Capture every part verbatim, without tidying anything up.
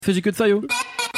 C'est J que de ça, yo.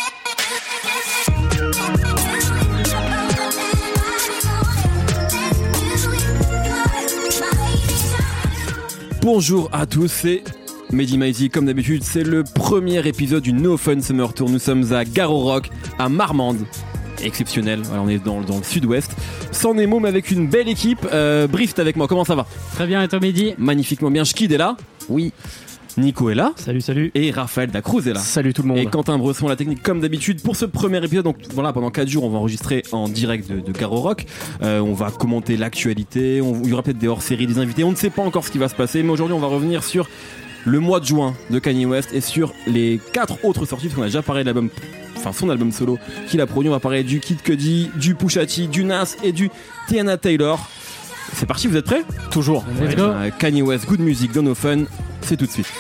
Bonjour à tous, c'est Mehdi Maizy. Comme d'habitude, c'est le premier épisode du No Fun Summer Tour. Nous sommes à Garo Rock, à Marmande. Exceptionnel, voilà, on est dans, dans le sud-ouest. Sans Nemo, mais avec une belle équipe. Euh, Brief, t'es avec moi, comment ça va? Très bien, et toi, Mehdi? Magnifiquement bien. Schkid est là? Oui. Nico est là. Salut, salut. Et Raphaël Dacruz est là. Salut tout le monde. Et Quentin Bresson, la technique comme d'habitude pour ce premier épisode. Donc voilà, pendant quatre jours, on va enregistrer en direct de, de Garo Rock. Euh, on va commenter l'actualité. On, il y aura peut-être des hors-séries, des invités. On ne sait pas encore ce qui va se passer. Mais aujourd'hui, on va revenir sur le mois de juin de Kanye West et sur les quatre autres sorties. Parce qu'on a déjà parlé de l'album, enfin son album solo qu'il a produit. On va parler du Kid Cudi, du Pusha T, du Nas et du Teyana Taylor. C'est parti, vous êtes prêts? Toujours. Ouais, euh, Kanye West, Good Music, dans No Fun. C'est tout de suite.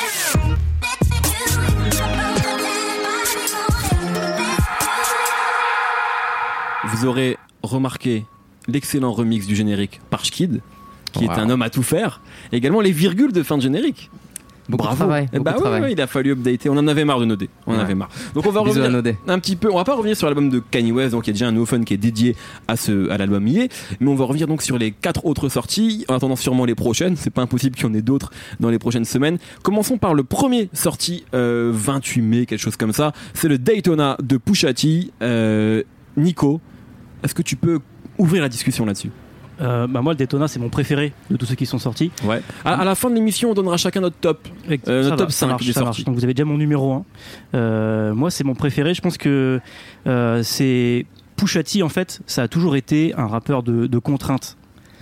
Vous aurez remarqué l'excellent remix du générique par Schkid, qui wow. est un homme à tout faire. Et également les virgules de fin de générique. Beaucoup Bravo. de travail. Eh bah de ouais, travail. ouais, il a fallu updater. On en avait marre de noder. On en ouais. avait marre. Donc on va Bisous revenir un petit peu. On va pas revenir sur l'album de Kanye West, donc il y a déjà un No Fun qui est dédié à ce à l'album Yé, mais on va revenir donc sur les quatre autres sorties. En attendant sûrement les prochaines. C'est pas impossible qu'il y en ait d'autres dans les prochaines semaines. Commençons par le premier sorti euh, vingt-huit mai, quelque chose comme ça. C'est le Daytona de Pusha T. Euh, Nico, est-ce que tu peux ouvrir la discussion là-dessus? Euh, bah moi le Daytona c'est mon préféré de tous ceux qui sont sortis. Ouais. À, à la fin de l'émission on donnera chacun notre top. Euh, notre va, top cinq marche, des sorties. Marche. Donc vous avez déjà mon numéro un. Euh, moi c'est mon préféré. Je pense que euh, c'est Pusha T en fait. Ça a toujours été un rappeur de, de contraintes.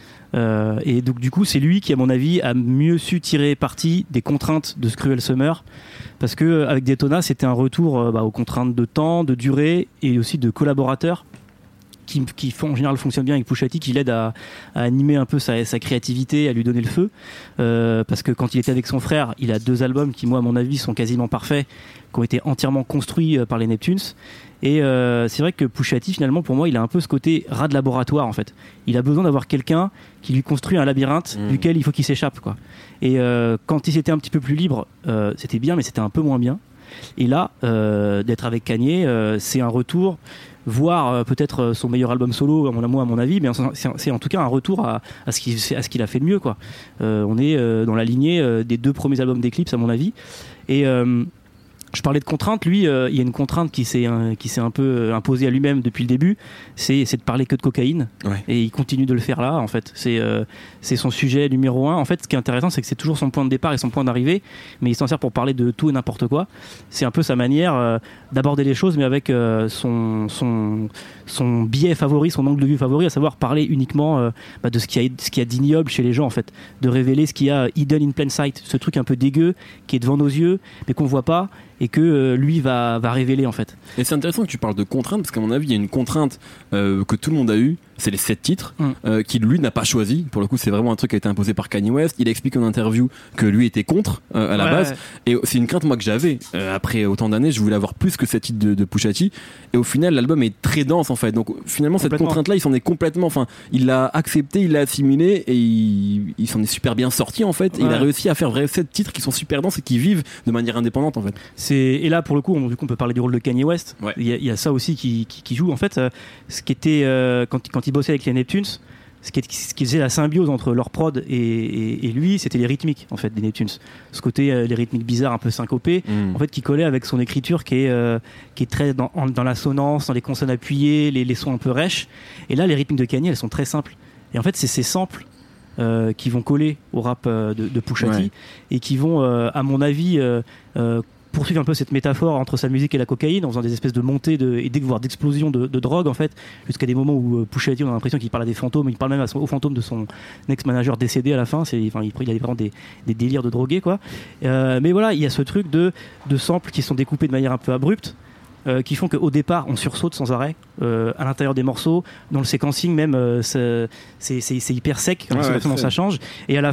Euh, et donc du coup c'est lui qui à mon avis a mieux su tirer parti des contraintes de ce Cruel Summer. Parce que avec Daytona c'était un retour euh, bah, aux contraintes de temps, de durée et aussi de collaborateurs. Qui, qui font, en général fonctionne bien avec Pusha T, qui l'aide à, à animer un peu sa, sa créativité, à lui donner le feu. Euh, parce que quand il était avec son frère, il a deux albums qui, moi, à mon avis, sont quasiment parfaits, qui ont été entièrement construits par les Neptunes. Et euh, c'est vrai que Pusha T, finalement, pour moi, il a un peu ce côté rat de laboratoire, en fait. Il a besoin d'avoir quelqu'un qui lui construit un labyrinthe mmh. duquel il faut qu'il s'échappe, quoi. Et euh, quand il était un petit peu plus libre, euh, c'était bien, mais c'était un peu moins bien. Et là, euh, d'être avec Kanye, euh, c'est un retour, voire euh, peut-être son meilleur album solo, à mon amour, à mon avis, mais c'est, c'est en tout cas un retour à, à, ce, qu'il, à ce qu'il a fait de mieux, quoi. Euh, on est euh, dans la lignée euh, des deux premiers albums d'Eclipse, à mon avis. Et euh, je parlais de contraintes, lui, euh, il y a une contrainte qui s'est, euh, qui s'est un peu imposée à lui-même depuis le début, c'est, c'est de parler que de cocaïne. Ouais. Et il continue de le faire là, en fait. C'est, euh, c'est son sujet numéro un. En fait, ce qui est intéressant, c'est que c'est toujours son point de départ et son point d'arrivée, mais il s'en sert pour parler de tout et n'importe quoi. C'est un peu sa manière euh, d'aborder les choses, mais avec euh, son, son, son biais favori, son angle de vue favori, à savoir parler uniquement euh, bah, de ce qu'il y a, ce qu'il y a d'ignoble chez les gens, en fait. De révéler ce qu'il y a hidden in plain sight, ce truc un peu dégueu qui est devant nos yeux, mais qu'on voit pas, et que euh, lui va, va révéler en fait. Et c'est intéressant que tu parles de contraintes parce qu'à mon avis il y a une contrainte euh, que tout le monde a eue, c'est les sept titres mm. euh, qu'il lui n'a pas choisi. Pour le coup c'est vraiment un truc qui a été imposé par Kanye West. Il explique en interview que lui était contre euh, à la ouais, base ouais. Et c'est une crainte moi que j'avais euh, après autant d'années, je voulais avoir plus que sept titres de, de Pusha T et au final l'album est très dense en fait. Donc finalement cette contrainte là il s'en est complètement, enfin il l'a accepté, il l'a assimilé et il, il s'en est super bien sorti en fait. Et ouais. Il a réussi à faire vrai sept titres qui sont super denses et qui vivent de manière indépendante en fait. C'est Et là, pour le coup, on, vu qu'on peut parler du rôle de Kanye West, il ouais. y, y a ça aussi qui, qui, qui joue. En fait, euh, ce qui était euh, quand, quand il bossait avec les Neptunes, ce qui, est, ce qui faisait la symbiose entre leur prod et, et, et lui, c'était les rythmiques en fait des Neptunes. Ce côté, euh, les rythmiques bizarres, un peu syncopés, mm. en fait, qui collait avec son écriture, qui est euh, qui est très dans, en, dans l'assonance, dans les consonnes appuyées, les, les sons un peu rêches. Et là, les rythmiques de Kanye, elles sont très simples. Et en fait, c'est ces samples. Euh, qui vont coller au rap euh, de, de Pusha T ouais. et qui vont, euh, à mon avis, euh, euh, poursuivre un peu cette métaphore entre sa musique et la cocaïne en faisant des espèces de montées de, et voire d'explosions de, de drogue en fait, jusqu'à des moments où Pusha T on a l'impression qu'il parle à des fantômes, il parle même à son, au fantôme de son ex-manager décédé à la fin. C'est, enfin, il, il a vraiment des, des délires de drogué quoi. Euh, mais voilà, il y a ce truc de, de samples qui sont découpés de manière un peu abrupte. Euh, qui font qu'au départ on sursaute sans arrêt euh, à l'intérieur des morceaux, dans le séquencing même euh, c'est, c'est, c'est, c'est hyper sec quand ouais, ouais, ça change, et à la fin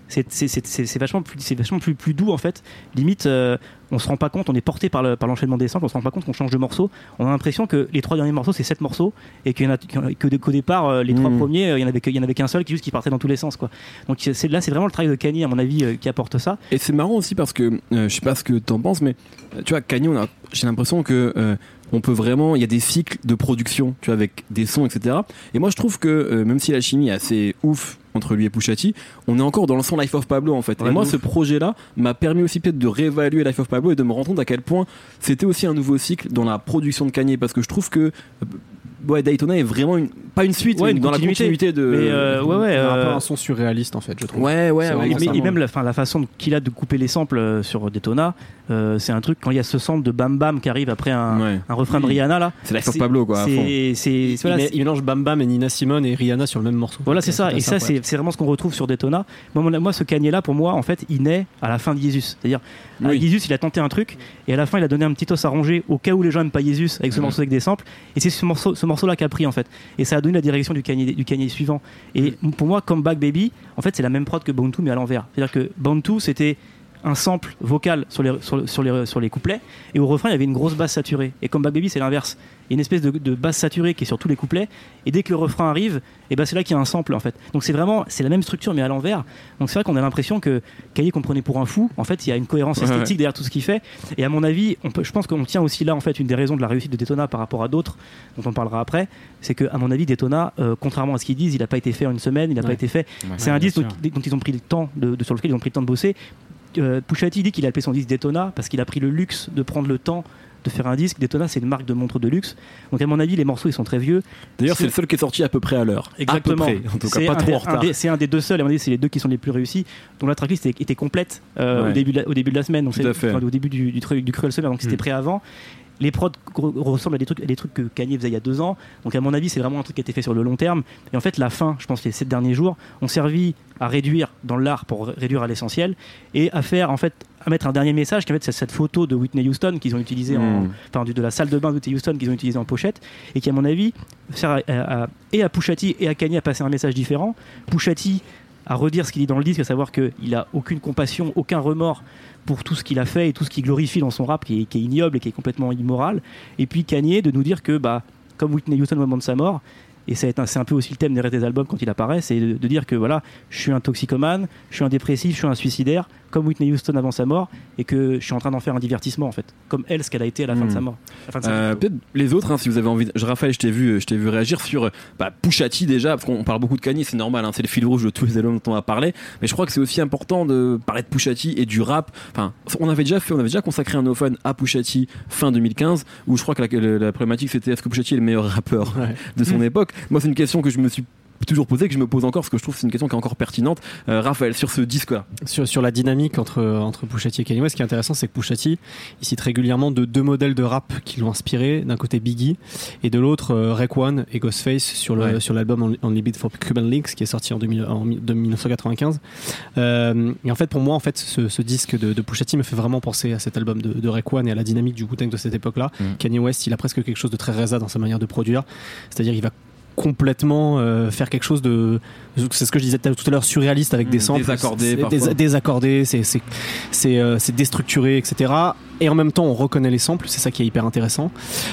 c'est, c'est, c'est, c'est vachement plus, c'est vachement plus, plus doux en fait. Limite, euh, on se rend pas compte, on est porté par, le, par l'enchaînement des samples, on se rend pas compte qu'on change de morceau. On a l'impression que les trois derniers morceaux c'est sept morceaux et qu'il y en a, que, qu'au départ euh, les mmh. trois premiers, il y en avait, il y en avait qu'un seul qui juste qui partait dans tous les sens quoi. Donc c'est, là c'est vraiment le travail de Kanye à mon avis euh, qui apporte ça. Et c'est marrant aussi parce que euh, je sais pas ce que t'en penses, mais tu vois Kanye, on a, j'ai l'impression que euh, on peut vraiment, il y a des cycles de production, tu vois, avec des sons, et cetera. Et moi, je trouve que euh, même si la chimie est assez ouf entre lui et Pusha T, on est encore dans le son Life of Pablo en fait. Ouais, et moi, ouf. Ce projet-là m'a permis aussi peut-être de réévaluer Life of Pablo et de me rendre compte à quel point c'était aussi un nouveau cycle dans la production de Kanye, parce que je trouve que euh, ouais, Daytona est vraiment une, pas une suite, ouais, une dans continuité. la continuité de. Mais euh, ouais, ouais, euh, un peu euh, un son surréaliste en fait, je trouve. Ouais, ouais, ouais. Mais, mais même la, fin, la façon qu'il a de couper les samples sur Daytona, euh, c'est un truc quand il y a ce sample de Bam Bam qui arrive après un, ouais. un refrain de Rihanna là. C'est Life of Pablo quoi. C'est, c'est, il, voilà, il, il mélange Bam Bam et Nina Simone et Rihanna sur le même morceau. Voilà, c'est ça. Et ça, c'est, c'est vraiment ce qu'on retrouve sur Daytona. Moi, moi, ce Kanye là, pour moi, en fait, il naît à la fin de Jesus. C'est-à-dire, oui. Jesus, il a tenté un truc et à la fin, il a donné un petit os à ronger au cas où les gens n'aiment pas Jesus avec ce mmh. morceau avec des samples. Et c'est ce morceau, ce morceau là qu'a pris en fait. Et ça a donné la direction du Kanye, du Kanye suivant. Et pour moi, Come Back Baby, en fait, c'est la même prod que Bound to mais à l'envers. C'est-à-dire que Bound to c'était un sample vocal sur les, sur, sur, les, sur les couplets, et au refrain il y avait une grosse basse saturée. Et Come Back Baby c'est l'inverse, il y a une espèce de, de basse saturée qui est sur tous les couplets, et dès que le refrain arrive, et ben c'est là qu'il y a un sample en fait. Donc c'est vraiment, c'est la même structure mais à l'envers. Donc c'est vrai qu'on a l'impression que Kanye qu'on prenait pour un fou, en fait il y a une cohérence esthétique ouais. derrière tout ce qu'il fait. Et à mon avis, on peut, je pense qu'on tient aussi là en fait une des raisons de la réussite de Daytona par rapport à d'autres dont on parlera après, c'est que à mon avis Daytona, euh, contrairement à ce qu'ils disent, il n'a pas été fait en une semaine, il n'a ouais. pas été fait. Ouais, c'est ouais, un disque dont, dont ils ont pris le temps, de, de, sur lequel ils ont pris le temps de bosser. Euh, Pusha T dit qu'il a appelé son disque Daytona parce qu'il a pris le luxe de prendre le temps de faire un disque. Daytona c'est une marque de montre de luxe, donc à mon avis les morceaux ils sont très vieux. D'ailleurs c'est, c'est le seul qui est sorti à peu près à l'heure. Exactement. À peu près, en tout cas c'est pas trop des, en retard. Des, c'est un des deux seuls, à mon avis c'est les deux qui sont les plus réussis, dont la tracklist était, était complète euh, ouais. au, début de la, au début de la semaine, donc tout c'est, à fait. Enfin, au début du, du, du, du Cruel Summer, donc mmh. c'était prêt avant. Les prods ressemblent à des trucs, à des trucs que Kanye faisait il y a deux ans. Donc à mon avis, c'est vraiment un truc qui a été fait sur le long terme. Et en fait, la fin, je pense, les sept derniers jours, ont servi à réduire dans l'art pour réduire à l'essentiel et à faire en fait à mettre un dernier message qui en fait c'est cette photo de Whitney Houston qu'ils ont utilisée mmh. en, enfin de la salle de bain de Whitney Houston qu'ils ont utilisée en pochette et qui à mon avis sert à, à, à, et à Pusha T et à Kanye à passer un message différent. Pusha T à redire ce qu'il dit dans le disque, à savoir qu'il a aucune compassion, aucun remords pour tout ce qu'il a fait et tout ce qu'il glorifie dans son rap qui est, qui est ignoble et qui est complètement immoral. Et puis Kanye de nous dire que bah, comme Whitney Houston au moment de sa mort, et ça un, c'est un peu aussi le thème des restes des albums quand il apparaît, c'est de, de dire que voilà, je suis un toxicomane, je suis un dépressif, je suis un suicidaire, comme Whitney Houston avant sa mort, et que je suis en train d'en faire un divertissement en fait, comme elle, ce qu'elle a été à la fin mmh. de sa mort. Fin de sa euh, peut-être les autres, hein, si vous avez envie. De... Raphaël, je t'ai vu, je t'ai vu réagir sur bah, Pusha T déjà, parce qu'on parle beaucoup de Kanye, c'est normal, hein, c'est le fil rouge de tous les albums dont on va parler. Mais je crois que c'est aussi important de parler de Pusha T et du rap. Enfin, on avait déjà fait, on avait déjà consacré un No Fun à Pusha T fin deux mille quinze, où je crois que la, la problématique c'était est-ce que Pusha T est le meilleur rappeur ouais. de son mmh. époque. Moi, c'est une question que je me suis toujours posé, que je me pose encore parce que je trouve que c'est une question qui est encore pertinente. euh, Raphaël, sur ce disque là, sur, sur la dynamique entre, entre Pusha T et Kanye West, ce qui est intéressant c'est que Pusha T il cite régulièrement de deux modèles de rap qui l'ont inspiré, d'un côté Biggie et de l'autre euh, Raekwon et Ghostface sur, le, ouais. sur l'album Only Beat for Cuban Links qui est sorti en, deux mille, en dix-neuf cent quatre-vingt-quinze. Euh, et en fait pour moi en fait, ce, ce disque de, de Pusha T me fait vraiment penser à cet album de, de Raekwon et à la dynamique du Wu-Tang de cette époque là. mm. Kanye West il a presque quelque chose de très résa dans sa manière de produire, c'est-à-dire il va complètement euh, faire quelque chose de, c'est ce que je disais tout à l'heure, surréaliste avec mmh, des samples désaccordés, dés, désaccordés c'est, c'est, c'est, euh, c'est déstructuré, etc. Et en même temps on reconnaît les samples, c'est ça qui est hyper intéressant.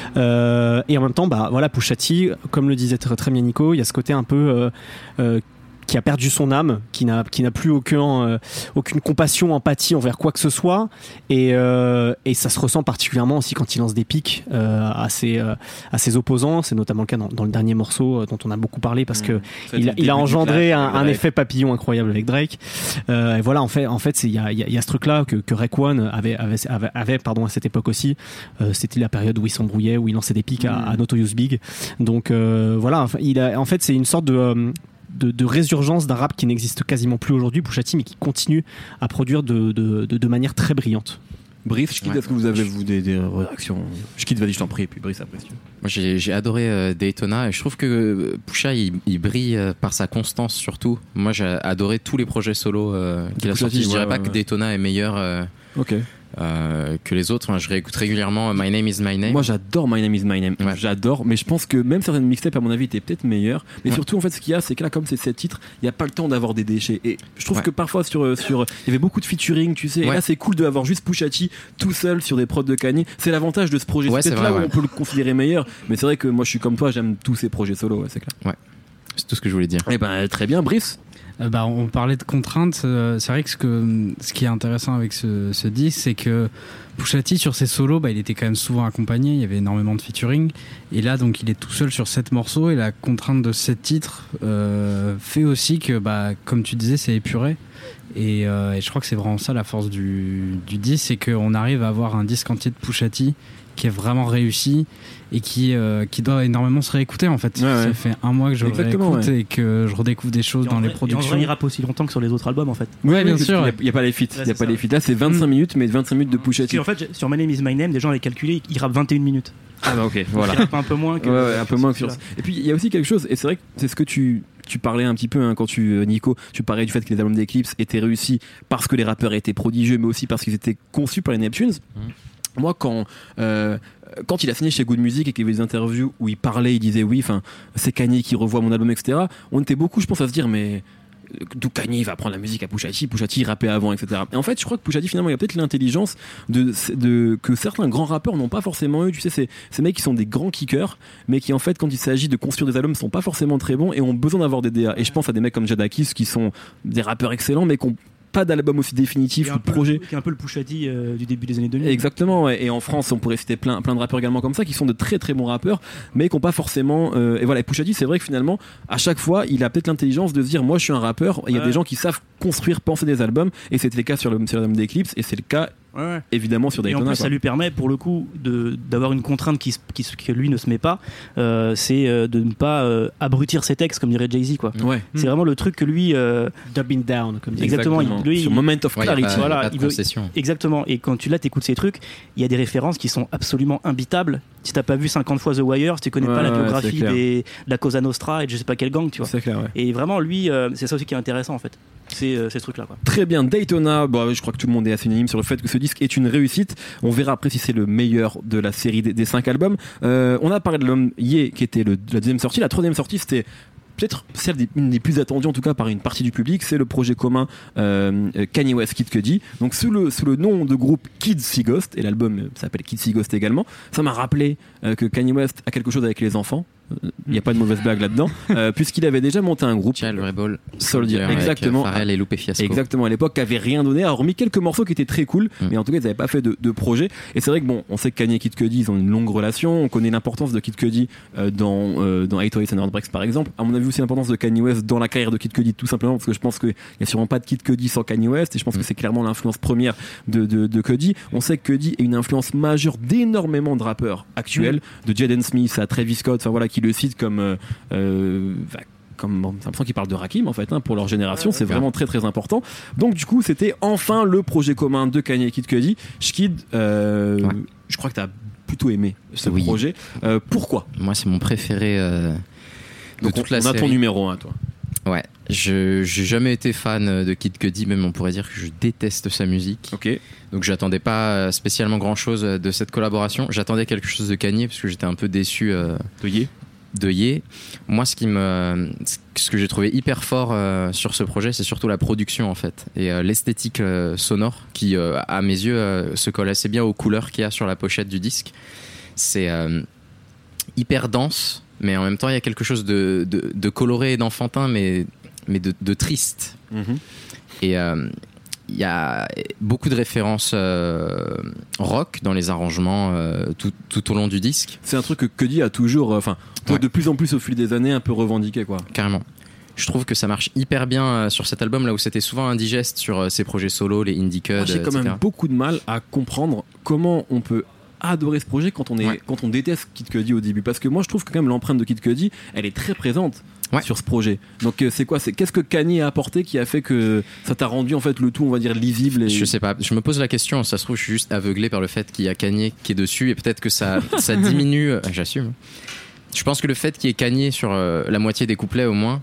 Euh, et en même temps bah voilà, Pusha T, comme le disait très, très bien Nico, il y a ce côté un peu euh, euh, qui a perdu son âme, qui n'a, qui n'a plus aucun, euh, aucune compassion, empathie envers quoi que ce soit, et, euh, et ça se ressent particulièrement aussi quand il lance des pics euh, à, ses, euh, à ses opposants. C'est notamment le cas dans, dans le dernier morceau euh, dont on a beaucoup parlé parce que mmh. il, a, il a engendré un, un effet papillon incroyable avec Drake. Euh, et voilà, en fait, en fait, il y a, y, a, y a ce truc-là que, que Raekwon avait, avait, avait, avait pardon, à cette époque aussi. Euh, c'était la période où il s'embrouillait, où il lançait des pics mmh. à, à Notorious Big. Donc euh, voilà, il a, en fait, c'est une sorte de euh, De, de résurgence d'un rap qui n'existe quasiment plus aujourd'hui, Pusha T, mais qui continue à produire de, de, de, de manière très brillante. Brice, je quitte, ouais. Est-ce que vous avez vous des, des réactions? Je quitte, vas-y, je t'en prie, et puis Brice après. Moi, j'ai, j'ai adoré euh, Daytona et je trouve que Pusha il, il brille euh, par sa constance surtout. Moi, j'ai adoré tous les projets solo euh, qu'il a sortis. Je dirais ouais, pas ouais, que ouais. Daytona est meilleur. Euh, ok. euh, que les autres. Enfin, je réécoute régulièrement My Name Is My Name. Moi j'adore My Name Is My Name, ouais. J'adore, mais je pense que même certaines mixtapes à mon avis étaient peut-être meilleures. Mais ouais. surtout en fait ce qu'il y a, c'est que là comme c'est sept titres, il n'y a pas le temps d'avoir des déchets. Et je trouve ouais. que parfois sur sur il y avait beaucoup de featuring, tu sais. Ouais. Et là c'est cool d'avoir juste Pusha T tout seul sur des prods de Kanye. C'est l'avantage de ce projet. Ouais, c'est peut-être c'est vrai, là ouais. où on peut le considérer meilleur. Mais c'est vrai que moi je suis comme toi, j'aime tous ces projets solo, ouais, c'est clair. Ouais. C'est tout ce que je voulais dire. Et ben très bien, Brice. Euh, bah, on parlait de contraintes. Euh, c'est vrai que ce, que ce qui est intéressant avec ce, ce disque, c'est que Pusha T sur ses solos, bah, il était quand même souvent accompagné. Il y avait énormément de featuring. Et là, donc, il est tout seul sur sept morceaux. Et la contrainte de sept titres euh, fait aussi que, bah, comme tu disais, c'est épuré. Et, euh, et je crois que c'est vraiment ça la force du, du disque, c'est qu'on arrive à avoir un disque entier de Pusha T qui est vraiment réussi et qui, euh, qui doit énormément se réécouter en fait. Ouais, ouais. Ça fait un mois que je le réécoute ouais. et que je redécouvre des choses et dans vrai, les productions. Et en vrai, il rappe aussi longtemps que sur les autres albums en fait. Ouais, bien oui, sûr. Il n'y a, a pas les feats. Il y a pas les feats. Là, c'est vingt-cinq mm. minutes, mais vingt-cinq minutes de Pusha T. En fait, sur My Name Is My Name, des gens avaient calculé, il rappe vingt et une minutes. Ah bah ok, voilà. Il rappe un peu moins que. Ouais, ouais, un peu moins que sur. Là. Et puis il y a aussi quelque chose, et c'est vrai que c'est ce que tu. Tu parlais un petit peu hein, quand tu Nico, tu parlais du fait que les albums d'Eclipse étaient réussis parce que les rappeurs étaient prodigieux, mais aussi parce qu'ils étaient conçus par les Neptunes. Mmh. Moi, quand euh, quand il a signé chez Good Music et qu'il y avait des interviews où il parlait, il disait oui, enfin c'est Kanye qui revoit mon album, et cetera. On était beaucoup, je pense, à se dire mais d'où Kanye va prendre la musique à Pusha T, Pusha T il rappait avant, et cetera. Et en fait, je crois que Pusha T finalement, il a peut-être l'intelligence de, de que certains grands rappeurs n'ont pas forcément eu. Tu sais, c'est ces mecs qui sont des grands kickers, mais qui en fait, quand il s'agit de construire des albums, sont pas forcément très bons et ont besoin d'avoir des D A. Et je pense à des mecs comme Jadakiss qui sont des rappeurs excellents, mais qui ont pas d'album aussi définitif ou de projet. Qui est un peu le Pusha T euh, du début des années deux mille. Exactement, ouais. Et en France, on pourrait citer plein, plein de rappeurs également comme ça qui sont de très très bons rappeurs, mais qui n'ont pas forcément. Euh, et voilà, et Pusha T, c'est vrai que finalement, à chaque fois, il a peut-être l'intelligence de se dire moi je suis un rappeur, il y a ouais. des gens qui savent construire, penser des albums, et c'était le cas sur l'album sur d'Eclipse, et c'est le cas. Ouais, ouais. Évidemment sur Daytona. Et en plus, quoi. Ça lui permet pour le coup de, d'avoir une contrainte qui, qui, que lui ne se met pas, euh, c'est euh, de ne pas euh, abrutir ses textes, comme dirait Jay-Z. Quoi. Ouais. C'est mmh. vraiment le truc que lui. Euh, Dubbing down, comme dit. Exactement. Exactement. Il, lui, sur Moment of Clarity. Ouais, voilà, pas de il veut, concession. Exactement. Et quand tu là, t'écoutes ces trucs, il y a des références qui sont absolument imbitables. Si t'as pas vu cinquante fois The Wire, si tu connais ouais, pas la ouais, biographie des, de la Cosa Nostra et de je sais pas quel gang, tu vois. C'est clair, ouais. Et vraiment, lui, euh, c'est ça aussi qui est intéressant en fait. C'est, euh, c'est ce truc-là. Quoi. Très bien, Daytona. Bon, je crois que tout le monde est assez unanime sur le fait que ce disque est une réussite. On verra après si c'est le meilleur de la série des, des cinq albums. Euh, on a parlé de l'homme Ye qui était le, la deuxième sortie. La troisième sortie, c'était peut-être celle des, une des plus attendues en tout cas par une partie du public, c'est le projet commun euh, Kanye West Kid Cudi, donc sous le, sous le nom de groupe Kids See Ghost, et l'album s'appelle Kids See Ghost également. Ça m'a rappelé euh, que Kanye West a quelque chose avec les enfants. Il n'y a pas de mauvaise blague là-dedans, euh, puisqu'il avait déjà monté un groupe. Child Rebel Soldier, exactement. Pharrell et Lupe Fiasco. Exactement, à l'époque, qui avait rien donné, a remis quelques morceaux qui étaient très cool, mm. mais en tout cas, ils n'avaient pas fait de, de projet. Et c'est vrai que bon, on sait que Kanye et Kid Cudi, ils ont une longue relation. On connaît l'importance de Kid Cudi euh, dans euh, dans eight oh eight and Heartbreaks par exemple. À mon avis aussi l'importance de Kanye West dans la carrière de Kid Cudi, tout simplement parce que je pense qu'il n'y a sûrement pas de Kid Cudi sans Kanye West, et je pense mm. que c'est clairement l'influence première de de, de Cudi. On sait que Cudi est une influence majeure d'énormément de rappeurs actuels, mm. de Jaden Smith à Travis Scott, enfin voilà, qui le cite comme euh, Euh, comme j'ai l'impression qu'ils parlent de Rakim en fait hein, pour leur génération, ouais, c'est ouais. vraiment très très important. Donc du coup c'était enfin le projet commun de Kanye et Kid Cudi. Shkid, euh, ouais. je crois que t'as plutôt aimé ce oui. projet. Euh, pourquoi ? Moi c'est mon préféré euh, de Donc toute on, la on série. a ton numéro un, toi. Ouais, je j'ai jamais été fan de Kid Cudi, même on pourrait dire que je déteste sa musique. Ok. Donc j'attendais pas spécialement grand chose de cette collaboration. J'attendais quelque chose de Kanye parce que j'étais un peu déçu euh, de Ye. de Ye. Moi, ce qui me, ce que j'ai trouvé hyper fort euh, sur ce projet, c'est surtout la production en fait et euh, l'esthétique euh, sonore qui, euh, à mes yeux, euh, se colle assez bien aux couleurs qu'il y a sur la pochette du disque. C'est euh, hyper dense, mais en même temps, il y a quelque chose de, de, de coloré et d'enfantin, mais mais de, de triste. Mm-hmm. Et euh, il y a beaucoup de références euh, rock dans les arrangements euh, tout, tout au long du disque. C'est un truc que Cudi a toujours, enfin, euh, ouais. de plus en plus au fil des années, un peu revendiqué, quoi. Carrément. Je trouve que ça marche hyper bien euh, sur cet album, là où c'était souvent indigeste sur euh, ses projets solo, les indie cuts. Moi, j'ai quand et cetera. même beaucoup de mal à comprendre comment on peut adorer ce projet quand on est, ouais. quand on déteste Kid Cudi au début, parce que moi je trouve que quand même l'empreinte de Kid Cudi, elle est très présente. Ouais. Sur ce projet. Donc euh, c'est quoi, c'est qu'est-ce que Kanye a apporté qui a fait que ça t'a rendu en fait le tout, on va dire, lisible et... Je sais pas, je me pose la question, ça se trouve je suis juste aveuglé par le fait qu'il y a Kanye qui est dessus et peut-être que ça ça diminue, j'assume. Je pense que le fait qu'il y ait Kanye sur euh, la moitié des couplets au moins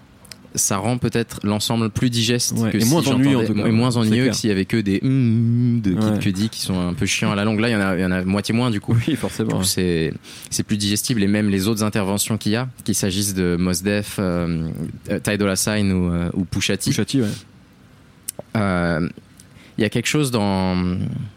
ça rend peut-être l'ensemble plus digeste ouais, que et si moins ennuyeux en tout cas. Et moins ennuyeux que s'il y avait que des mm, de Kid ouais. Cudi qui sont un peu chiants à la longue. Là, il y en a, il y en a moitié moins du coup. Oui, forcément. Du coup, c'est c'est plus digestible, et même les autres interventions qu'il y a, qu'il s'agisse de Mos Def, euh, Ty Dolla $ign ou, euh, ou Pusha T. Pusha T, ouais. Euh, il y a quelque chose dans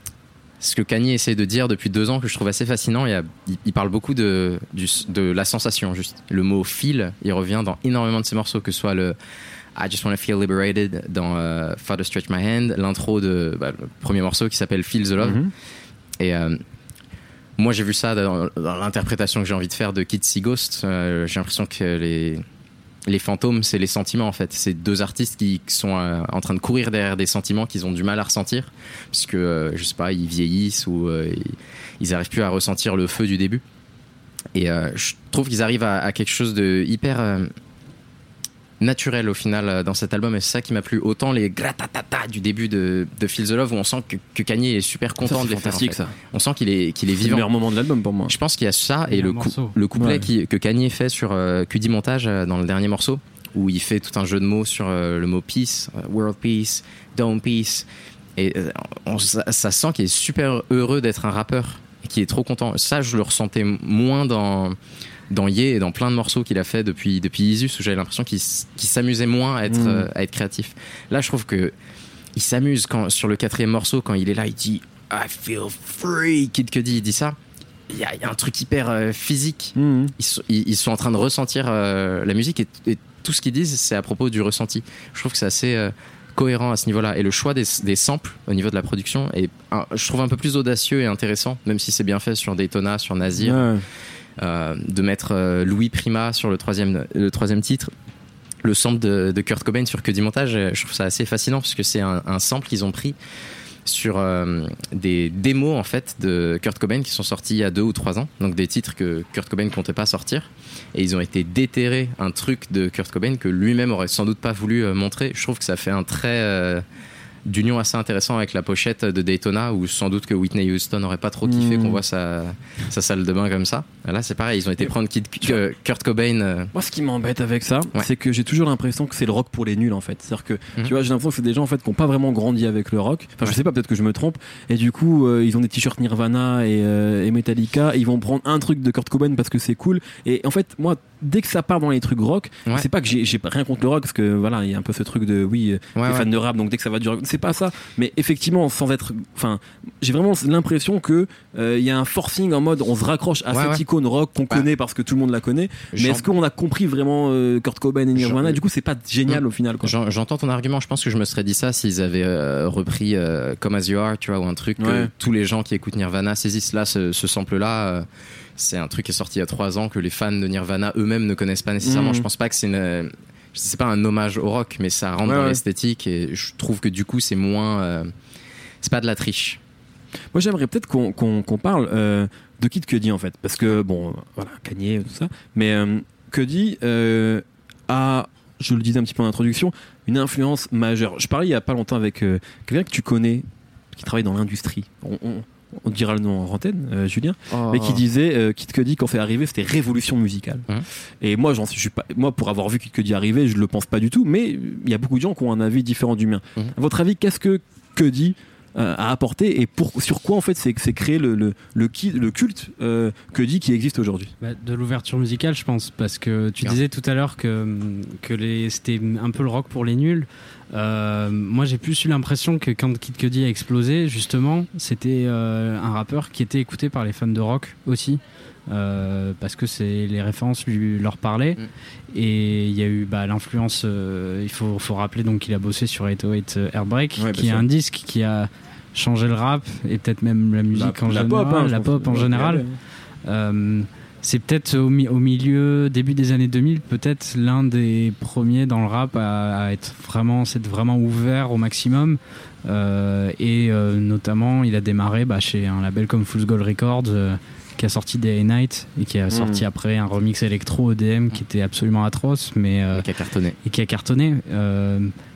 ce que Kanye essaie de dire depuis deux ans que je trouve assez fascinant. Il, y a, il, il parle beaucoup de, du, de la sensation, juste. Le mot feel, il revient dans énormément de ses morceaux, que ce soit le I Just Wanna Feel Liberated dans uh, Father Stretch My Hand, l'intro de bah, le premier morceau qui s'appelle Feel the Love. Mm-hmm. Et euh, moi, j'ai vu ça dans, dans l'interprétation que j'ai envie de faire de Kids See Ghost. Euh, j'ai l'impression que les. Les fantômes, c'est les sentiments en fait. C'est deux artistes qui sont euh, en train de courir derrière des sentiments qu'ils ont du mal à ressentir, puisque euh, je sais pas, ils vieillissent ou euh, ils arrivent plus à ressentir le feu du début. Et euh, je trouve qu'ils arrivent à, à quelque chose de hyper euh, naturel au final euh, dans cet album, et c'est ça qui m'a plu. Autant les gratatata du début de, de Feel the Love, où on sent que, que Kanye est super content ça, de les faire. En fait. Ça. On sent qu'il est qu'il est c'est vivant. le meilleur moment de l'album pour moi. Je pense qu'il y a ça et le, coup, le couplet ouais. qui, que Kanye fait sur euh, Q D Montage euh, dans le dernier morceau, où il fait tout un jeu de mots sur euh, le mot peace, euh, world peace, don't peace, et euh, on, ça, ça sent qu'il est super heureux d'être un rappeur et qu'il est trop content. Ça, je le ressentais moins dans dans Ye et dans plein de morceaux qu'il a fait depuis depuis Isus, où j'avais l'impression qu'il, qu'il s'amusait moins à être mmh. euh, à être créatif. Là, je trouve que il s'amuse quand sur le quatrième morceau, quand il est là, il dit I feel free. Kid Cudi, il dit ça. Il y, y a un truc hyper euh, physique. Mmh. Ils, sont, ils, ils sont en train de ressentir euh, la musique, et, et tout ce qu'ils disent, c'est à propos du ressenti. Je trouve que c'est assez euh, cohérent à ce niveau-là. Et le choix des, des samples au niveau de la production est, un, je trouve, un peu plus audacieux et intéressant, même si c'est bien fait sur Daytona, sur Nasir. Ouais. Euh, de mettre euh, Louis Prima sur le troisième, le troisième titre, le sample de, de Kurt Cobain sur Q D Montage, je trouve ça assez fascinant, parce que c'est un, un sample qu'ils ont pris sur euh, des démos en fait de Kurt Cobain qui sont sortis il y a deux ou trois ans, donc des titres que Kurt Cobain comptait pas sortir, et ils ont été déterrés un truc de Kurt Cobain que lui-même aurait sans doute pas voulu euh, montrer. Je trouve que ça fait un trait euh, d'union assez intéressant avec la pochette de Daytona, où sans doute que Whitney Houston n'aurait pas trop kiffé mmh. qu'on voit sa, sa salle de bain comme ça. Là, c'est pareil, ils ont été prendre Kid, euh, Kurt Cobain. Euh... Moi, ce qui m'embête avec ça, ouais. c'est que j'ai toujours l'impression que c'est le rock pour les nuls en fait. C'est-à-dire que, mmh. tu vois, j'ai l'impression que c'est des gens en fait qui n'ont pas vraiment grandi avec le rock. Enfin, je sais pas, peut-être que je me trompe. Et du coup, euh, ils ont des t-shirts Nirvana et, euh, et Metallica. Et ils vont prendre un truc de Kurt Cobain parce que c'est cool. Et en fait, moi, dès que ça part dans les trucs rock, ouais. c'est pas que j'ai, j'ai rien contre le rock, parce que voilà, il y a un peu ce truc de oui, ouais, les fans ouais. de rap, donc dès que ça va du rock, c'est pas ça. Mais effectivement, sans être, enfin, j'ai vraiment l'impression que il euh, y a un forcing en mode on se raccroche à ouais, cette ouais. icône rock qu'on ouais. connaît parce que tout le monde la connaît. Mais est-ce qu'on a compris vraiment euh, Kurt Cobain et Nirvana? J'en... Du coup, c'est pas génial mmh. au final. Quoi. J'en, j'entends ton argument. Je pense que je me serais dit ça s'ils avaient euh, repris euh, Come As You Are, tu vois, ou un truc ouais. que tous les gens qui écoutent Nirvana saisissent. Là, ce, ce sample-là. Euh, c'est un truc qui est sorti il y a trois ans que les fans de Nirvana eux-mêmes ne connaissent pas nécessairement. Mmh. Je pense pas que c'est une, c'est pas un hommage au rock, mais ça rentre ouais, dans ouais. l'esthétique, et je trouve que du coup c'est moins, euh, c'est pas de la triche. Moi j'aimerais peut-être qu'on, qu'on, qu'on parle euh, de Kid Cudi en fait, parce que bon, voilà, Kanye tout ça, mais euh, Cudi euh, a, je le disais un petit peu en introduction, une influence majeure. Je parlais il y a pas longtemps avec euh, quelqu'un que tu connais, qui travaille dans l'industrie. On, on, on dira le nom en antenne, euh, Julien, oh. mais qui disait euh, Kid Cudi quand c'est arrivé c'était révolution musicale. Mmh. Et moi j'en suis pas, moi pour avoir vu Kid Cudi arriver je le pense pas du tout, mais il y a beaucoup de gens qui ont un avis différent du mien. Mmh. À votre avis, qu'est-ce que Cudi euh, a apporté, et pour, sur quoi en fait c'est, c'est créé le, le, le, le culte euh, Cudi qui existe aujourd'hui? Bah, de l'ouverture musicale, je pense, parce que tu Bien. disais tout à l'heure que, que les, c'était un peu le rock pour les nuls. Euh, moi j'ai plus eu l'impression que quand Kid Cudi a explosé, justement, c'était euh, un rappeur qui était écouté par les fans de rock aussi, euh, parce que c'est, les références lui, leur parlaient. Mm. Et il y a eu bah, l'influence, euh, il faut, faut rappeler donc qu'il a bossé sur huit oh huit Heartbreak, ouais, qui est sûr. un disque qui a changé le rap et peut-être même la musique la, en la général, pop, hein, la pop en général. Ouais, ouais. Euh, c'est peut-être au, mi- au milieu, début des années deux mille, peut-être l'un des premiers dans le rap à, à être vraiment, s'être vraiment ouvert au maximum. Euh, et euh, notamment, il a démarré bah, chez un label comme Fool's Gold Records, euh, qui a sorti Day and Night, et qui a mmh. sorti après un remix électro E D M qui était absolument atroce, mais euh, et qui a cartonné. Et qui a cartonné. Euh,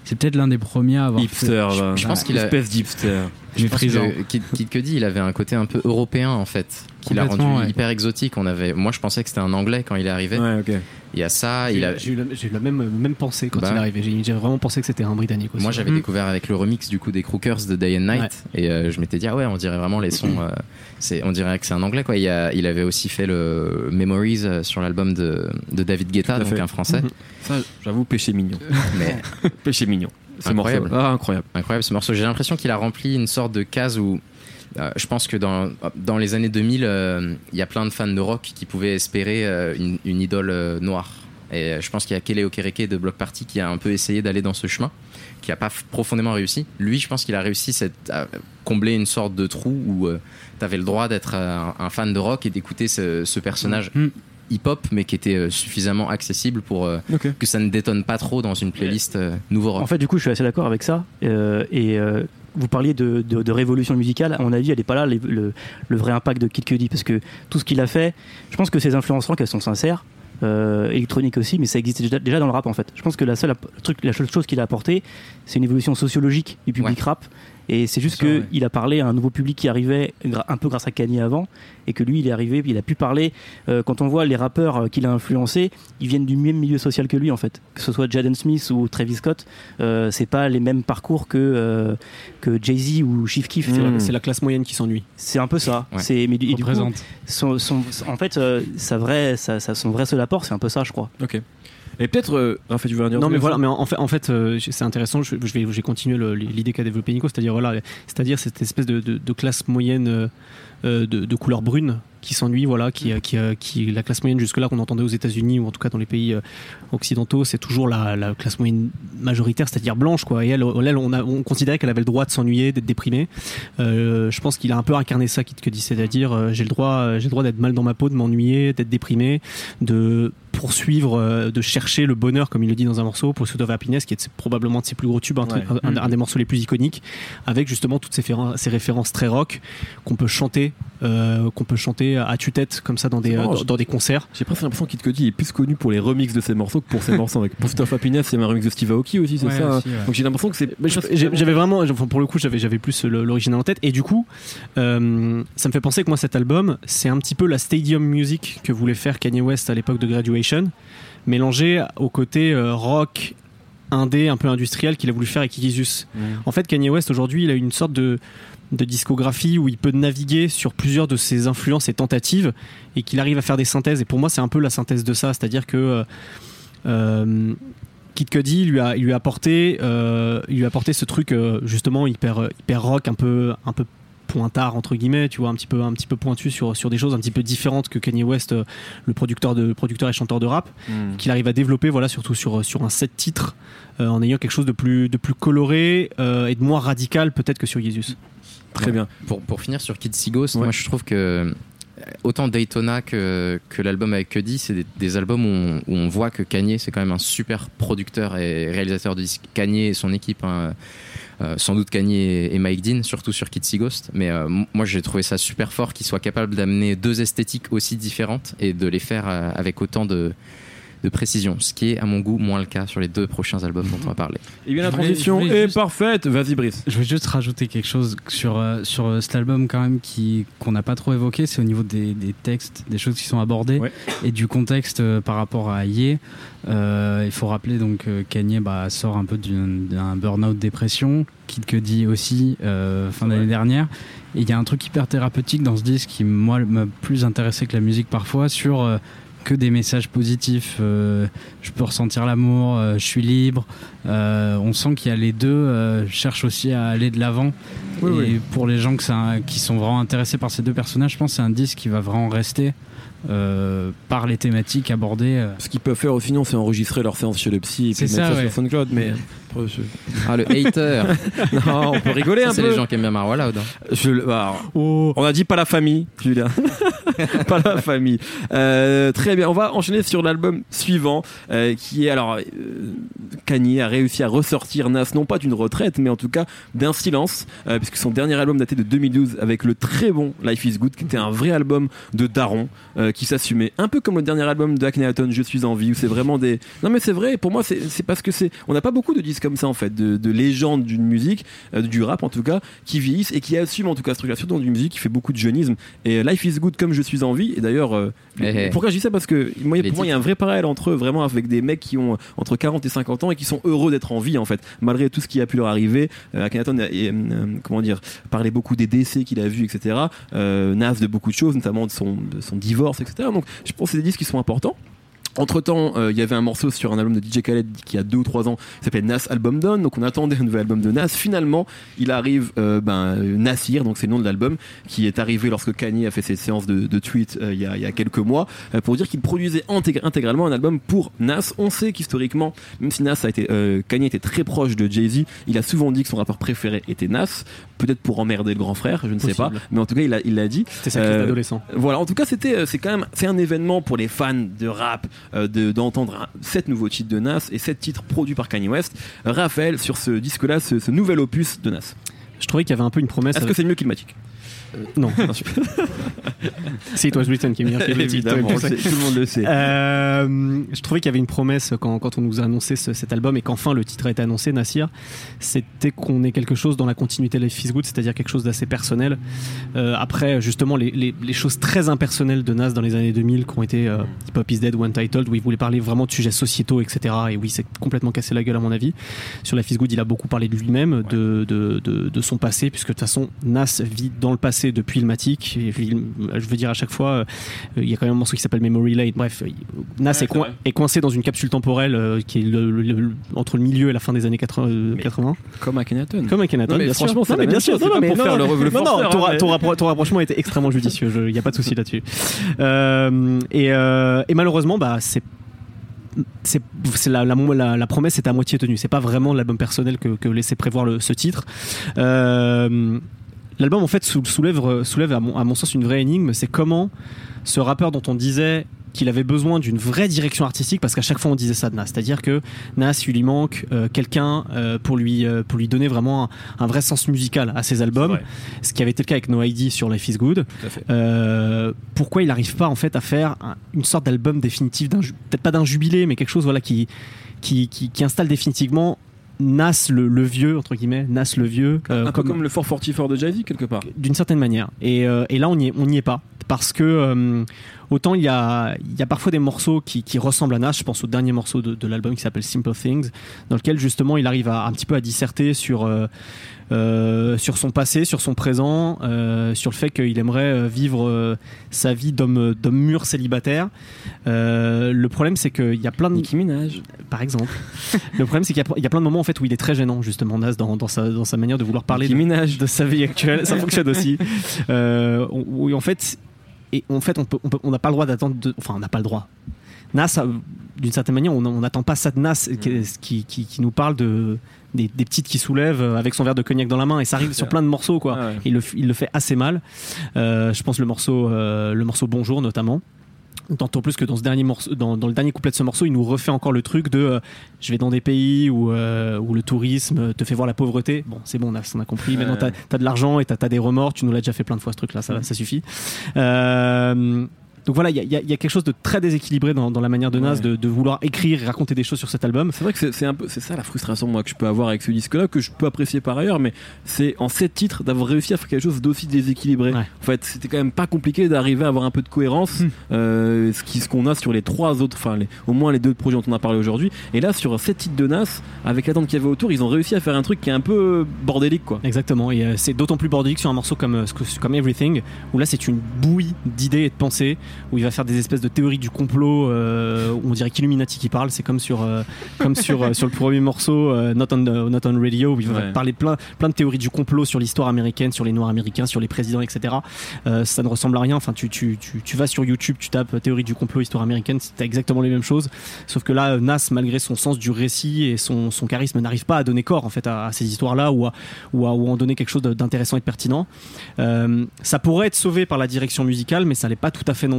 c'est peut-être l'un des premiers à avoir hipster, fait... je, je pense qu'il a espèce d'hipster. Je pense que Kid, Kid Cudi, il avait un côté un peu européen en fait, qui l'a rendu ouais. hyper exotique. On avait, moi je pensais que c'était un anglais quand il est arrivé. Ouais, ok. Il y a ça. J'ai, il a... j'ai eu la, j'ai eu la même, même pensée quand bah, il est arrivé. J'ai, j'ai vraiment pensé que c'était un Britannique aussi. Moi j'avais mmh. découvert avec le remix du coup des Crookers de Day and Night ouais. et euh, je m'étais dit ah ouais on dirait vraiment les sons. Euh, c'est, on dirait que c'est un anglais quoi. Il, a, il avait aussi fait le Memories sur l'album de, de David Guetta, donc fait. un français. Mmh. Ça j'avoue péché mignon. Mais péché mignon. C'est incroyable. Ah, incroyable. Incroyable ce morceau. J'ai l'impression qu'il a rempli une sorte de case où euh, je pense que dans, dans les années deux mille, il euh, y a plein de fans de rock qui pouvaient espérer euh, une, une idole euh, noire. Et je pense qu'il y a Kele Okereke de Bloc Party qui a un peu essayé d'aller dans ce chemin, qui n'a pas f- profondément réussi. Lui, je pense qu'il a réussi cette, à combler une sorte de trou où euh, tu avais le droit d'être un, un fan de rock et d'écouter ce, ce personnage. Mmh. hip-hop mais qui était euh, suffisamment accessible pour euh, okay. que ça ne détonne pas trop dans une playlist euh, nouveau rock. En fait du coup je suis assez d'accord avec ça euh, et euh, vous parliez de, de, de révolution musicale, à mon avis elle n'est pas là les, le, le vrai impact de Kid Cudi parce que tout ce qu'il a fait, je pense que ses influences rock elles sont sincères, euh, électroniques aussi, mais ça existait déjà, déjà dans le rap en fait. Je pense que la seule, truc, la seule chose qu'il a apporté c'est une évolution sociologique du public ouais. rap. Et c'est juste qu'il ouais. a parlé à un nouveau public qui arrivait un peu grâce à Kanye avant, et que lui il est arrivé, il a pu parler. Euh, quand on voit les rappeurs qu'il a influencés, ils viennent du même milieu social que lui en fait. Que ce soit Jaden Smith ou Travis Scott, euh, c'est pas les mêmes parcours que euh, que Jay-Z ou Chief Keef. Mmh. C'est, la, c'est la classe moyenne qui s'ennuie. C'est un peu ça. Ouais. C'est mais, et du coup, son, son, en fait, euh, sa vraie, sa, sa, son vrai seul apport, c'est un peu ça, je crois. Ok. Et peut-être, euh, Raphaël, tu veux dire non, mais voilà, mais en fait, en fait euh, c'est intéressant. Je, je vais, je vais continuer le, l'idée qu'a développé Nico, c'est-à-dire voilà, c'est-à-dire cette espèce de, de, de classe moyenne euh, de, de couleur brune qui s'ennuie, voilà, qui, qui, qui la classe moyenne jusque-là qu'on entendait aux États-Unis ou en tout cas dans les pays occidentaux, c'est toujours la, la classe moyenne majoritaire, c'est-à-dire blanche, quoi. Et elle, elle on, a, on considérait qu'elle avait le droit de s'ennuyer, d'être déprimée. Euh, je pense qu'il a un peu incarné ça, Kid Cudi, c'est-à-dire euh, j'ai le droit, j'ai le droit d'être mal dans ma peau, de m'ennuyer, d'être déprimé, de poursuivre, euh, de chercher le bonheur, comme il le dit dans un morceau, Pursuit of Happiness, qui est probablement de ses plus gros tubes, un, ouais. un, un, un des morceaux les plus iconiques, avec justement toutes ces, féren- ces références très rock qu'on peut chanter, euh, qu'on peut chanter à tue-tête comme ça dans des, marrant, euh, dans, dans des concerts. J'ai presque l'impression que Kid Cudi est plus connu pour les remixes de ses morceaux que pour ses morceaux. Avec Pursuit of Happiness, c'est un remix de Steve Aoki aussi, c'est ouais, ça. Aussi, ouais. Donc j'ai l'impression que c'est. Mais j'avais vraiment, enfin, pour le coup, j'avais, j'avais plus l'original en tête. Et du coup, euh, ça me fait penser que moi, cet album, c'est un petit peu la stadium music que voulait faire Kanye West à l'époque de Graduation, mélangé au côté euh, rock, indé, un peu industriel qu'il a voulu faire avec Yeezus. Mmh. En fait, Kanye West aujourd'hui, il a une sorte de de discographie où il peut naviguer sur plusieurs de ses influences et tentatives et qu'il arrive à faire des synthèses, et pour moi c'est un peu la synthèse de ça, c'est-à-dire que euh, Kid Cudi lui a, il lui a apporté euh, il lui a apporté ce truc euh, justement hyper, hyper rock, un peu, un peu pointard entre guillemets, tu vois, un petit peu, un petit peu pointu sur, sur des choses un petit peu différentes que Kanye West, euh, le producteur, de, producteur et chanteur de rap, mmh. qu'il arrive à développer, voilà, surtout sur, sur un sept titres, euh, en ayant quelque chose de plus, de plus coloré euh, et de moins radical peut-être que sur Yeezus. Très ouais. bien. Pour, pour finir sur Kid Ghost, ouais. moi je trouve que autant Daytona que, que l'album avec Cudi, c'est des, des albums où on, où on voit que Kanye c'est quand même un super producteur et réalisateur de disques. Kanye et son équipe, hein, euh, sans doute Kanye et, et Mike Dean, surtout sur Kid Ghost. Mais euh, moi j'ai trouvé ça super fort qu'il soit capable d'amener deux esthétiques aussi différentes et de les faire euh, avec autant de de précision, ce qui est à mon goût moins le cas sur les deux prochains albums dont on va parler. Et bien la transition est juste... parfaite. Vas-y Brice. Je vais juste rajouter quelque chose sur, euh, sur euh, cet album quand même qui, qu'on n'a pas trop évoqué, c'est au niveau des, des textes, des choses qui sont abordées ouais. et du contexte euh, par rapport à Ye. Euh, il faut rappeler donc euh, Kanye bah, sort un peu d'une, d'un burn-out dépression, Kid Cudi aussi euh, fin d'année ouais. dernière. Et il y a un truc hyper thérapeutique dans ce disque qui moi m'a plus intéressé que la musique parfois sur euh, que des messages positifs, euh, je peux ressentir l'amour, euh, je suis libre, euh, on sent qu'il y a les deux, euh, cherchent aussi à aller de l'avant oui, et oui. pour les gens que ça, qui sont vraiment intéressés par ces deux personnages, je pense que c'est un disque qui va vraiment rester euh, par les thématiques abordées. Euh. Ce qu'ils peuvent faire sinon c'est enregistrer leur séance chez le psy et c'est puis ça, mettre ça ouais. sur SoundCloud, mais ah le hater. Non, on peut rigoler ça, un c'est peu. C'est les gens qui aiment bien Marwa Loud. Hein. Je, alors, oh. On a dit pas la famille, Julien. Pas la famille. Euh, très bien, on va enchaîner sur l'album suivant, euh, qui est alors euh, Kanye a réussi à ressortir Nas non pas d'une retraite, mais en tout cas d'un silence, euh, puisque puisque son dernier album datait de deux mille douze avec le très bon Life is Good, qui était un vrai album de daron, euh, qui s'assumait. Un peu comme le dernier album d'Akhenaton, Je suis en vie, où c'est vraiment des. Non mais c'est vrai, pour moi, c'est, c'est parce que c'est. On n'a pas beaucoup de disques comme ça en fait, de, de légendes d'une musique, euh, du rap en tout cas, qui vieillissent et qui assument en tout cas ce truc-là, surtout dans une musique qui fait beaucoup de jeunisme. Et Life is Good comme Je suis en vie, et d'ailleurs, euh, hey, hey. pourquoi je dis ça? Parce que moi, pour moi, il y a un vrai parallèle entre eux, vraiment avec des mecs qui ont entre quarante et cinquante ans et qui sont heureux d'être en vie en fait, malgré tout ce qui a pu leur arriver. Euh, Akhenaton, euh, euh, comment dire, parlait beaucoup des décès qu'il a vus, et cetera. Euh, Nas de beaucoup de choses, notamment de son, de son divorce, et cetera. Donc je pense que c'est des disques qui sont importants. Entre temps, il euh, y avait un morceau sur un album de D J Khaled qui a deux ou trois ans, qui s'appelait Nas Album Done. Donc on attendait un nouvel album de Nas. Finalement, il arrive euh, ben, Nasir, donc c'est le nom de l'album, qui est arrivé lorsque Kanye a fait ses séances de, de tweets il euh, y, y a quelques mois, euh, pour dire qu'il produisait intég- intégralement un album pour Nas. On sait qu'historiquement, même si Nas a été, euh, Kanye était très proche de Jay-Z, il a souvent dit que son rappeur préféré était Nas. Peut-être pour emmerder le grand frère, je ne Possible. sais pas, mais en tout cas il, a, il l'a dit. C'était sa crise euh, d'adolescent. Voilà, en tout cas c'était, c'est quand même, c'est un événement pour les fans de rap. De, d'entendre sept nouveaux titres de Nas et sept titres produits par Kanye West. Raphaël, sur ce disque-là, ce, ce nouvel opus de Nas. Je trouvais qu'il y avait un peu une promesse. Est-ce avec... que c'est mieux qu'Illmatic? Euh, non. C'est It Was Written qui est meilleur qu'Illmatic. Évidemment, tout le monde le sait. Euh, je trouvais qu'il y avait une promesse quand, quand on nous a annoncé ce, cet album et qu'enfin le titre a été annoncé, Nasir. C'était qu'on ait quelque chose dans la continuité de Life is Good, c'est-à-dire quelque chose d'assez personnel. Euh, après, justement, les, les, les choses très impersonnelles de Nas dans les années deux mille qui ont été euh, Hip Hop is Dead ou Untitled, où il voulait parler vraiment de sujets sociétaux, et cetera. Et oui, c'est complètement cassé la gueule à mon avis. Sur Life is Good, il a beaucoup parlé de lui-même, ouais. de, de, de, de son passé, puisque de toute façon, Nas vit dans le passé depuis Illmatic. Et je veux dire à chaque fois, euh, il y a quand même un morceau qui s'appelle Memory Lane. Bref, Nas ouais, est, coin- est coincé dans une capsule temporelle euh, qui est le, le, le, entre le milieu et la fin des années quatre-vingts. Euh, quatre-vingts. Comme Akhenaton. Comme Akhenaton, bien sûr. Franchement, c'est non, mais bien sûr. Non, non, mais pour non, faire non, le, le non, non, non, ton, mais... ton, rappro- ton rapprochement était extrêmement judicieux. Il n'y a pas de souci là-dessus. Euh, et, euh, et malheureusement, bah, c'est C'est, c'est la, la, la, la promesse est à moitié tenue. C'est pas vraiment l'album personnel que, que laissait prévoir le, ce titre. Euh, l'album en fait soulève, soulève à, mon, à mon sens une vraie énigme. C'est comment ce rappeur dont on disait qu'il avait besoin d'une vraie direction artistique, parce qu'à chaque fois on disait ça de Nas, c'est-à-dire que Nas, il lui manque euh, quelqu'un euh, pour lui euh, pour lui donner vraiment un, un vrai sens musical à ses albums, ce qui avait été le cas avec No I D sur Life is Good. Euh, pourquoi il n'arrive pas en fait à faire un, une sorte d'album définitif, d'un, peut-être pas d'un jubilé, mais quelque chose voilà qui qui, qui, qui installe définitivement Nas le, le vieux, entre guillemets, Nas le vieux, euh, un peu comme, comme le four forty-four de Jay-Z quelque part, d'une certaine manière. Et, euh, et là on n'y est, on n'y est pas, parce que euh, autant il y a, il y a parfois des morceaux qui, qui ressemblent à Nas. Je pense au dernier morceau de, de l'album qui s'appelle Simple Things, dans lequel justement il arrive à, un petit peu à disserter sur euh, euh, sur son passé, sur son présent, euh, sur le fait qu'il aimerait vivre euh, sa vie d'homme, d'homme mûr célibataire. Euh, le problème c'est qu'il y a plein de Nicki Minaj par exemple. Le problème c'est qu'il y a, il y a plein de moments en fait où il est très gênant justement Nas dans, dans sa dans sa manière de vouloir parler de, de sa vie actuelle. Ça fonctionne aussi. Euh, où en fait et en fait on peut, on peut, on n'a pas le droit d'attendre de, enfin on n'a pas le droit. Nas, d'une certaine manière, on n'attend pas ça de Nas qui, qui, qui nous parle de, des, des petites qui soulèvent avec son verre de cognac dans la main, et ça arrive sur plein de morceaux, quoi. Ah ouais. il, le, il le fait assez mal. Euh, je pense le morceau, euh, le morceau Bonjour notamment. D'autant plus que dans, ce dernier morceau, dans, dans le dernier couplet de ce morceau, il nous refait encore le truc de euh, je vais dans des pays où, euh, où le tourisme te fait voir la pauvreté. Bon, c'est bon, on a, on a compris. Ouais. Maintenant, t'as, t'as de l'argent et t'as, t'as des remords. Tu nous l'as déjà fait plein de fois, ce truc-là, ça, ça suffit. Euh, Donc voilà, il y, y, y a quelque chose de très déséquilibré dans, dans la manière de Nas ouais. de, de vouloir écrire et raconter des choses sur cet album. C'est vrai que c'est, c'est, un peu, c'est ça la frustration moi, que je peux avoir avec ce disque-là, que je peux apprécier par ailleurs, mais c'est en sept titres d'avoir réussi à faire quelque chose d'aussi déséquilibré. Ouais. En fait, c'était quand même pas compliqué d'arriver à avoir un peu de cohérence, mmh. euh, ce, qui, ce qu'on a sur les trois autres, enfin les, au moins les deux projets dont on a parlé aujourd'hui. Et là, sur sept titres de Nas, avec l'attente qu'il y avait autour, ils ont réussi à faire un truc qui est un peu bordélique, quoi. Exactement, et euh, c'est d'autant plus bordélique sur un morceau comme, comme Everything, où là c'est une bouillie d'idées et de pensées, où il va faire des espèces de théorie du complot, euh, où on dirait qu'Illuminati qui parle. C'est comme sur euh, comme sur euh, sur le premier morceau euh, Not on uh, Not on Radio, où il va ouais. parler plein plein de théories du complot sur l'histoire américaine, sur les Noirs américains, sur les présidents, et cetera. Euh, ça ne ressemble à rien. Enfin, tu tu tu tu vas sur YouTube, tu tapes théorie du complot, histoire américaine, c'est exactement les mêmes choses. Sauf que là, Nas, malgré son sens du récit et son son charisme, n'arrive pas à donner corps en fait à, à ces histoires-là, ou à ou à ou en donner quelque chose d'intéressant et de pertinent. Euh, ça pourrait être sauvé par la direction musicale, mais ça l'est pas tout à fait non plus.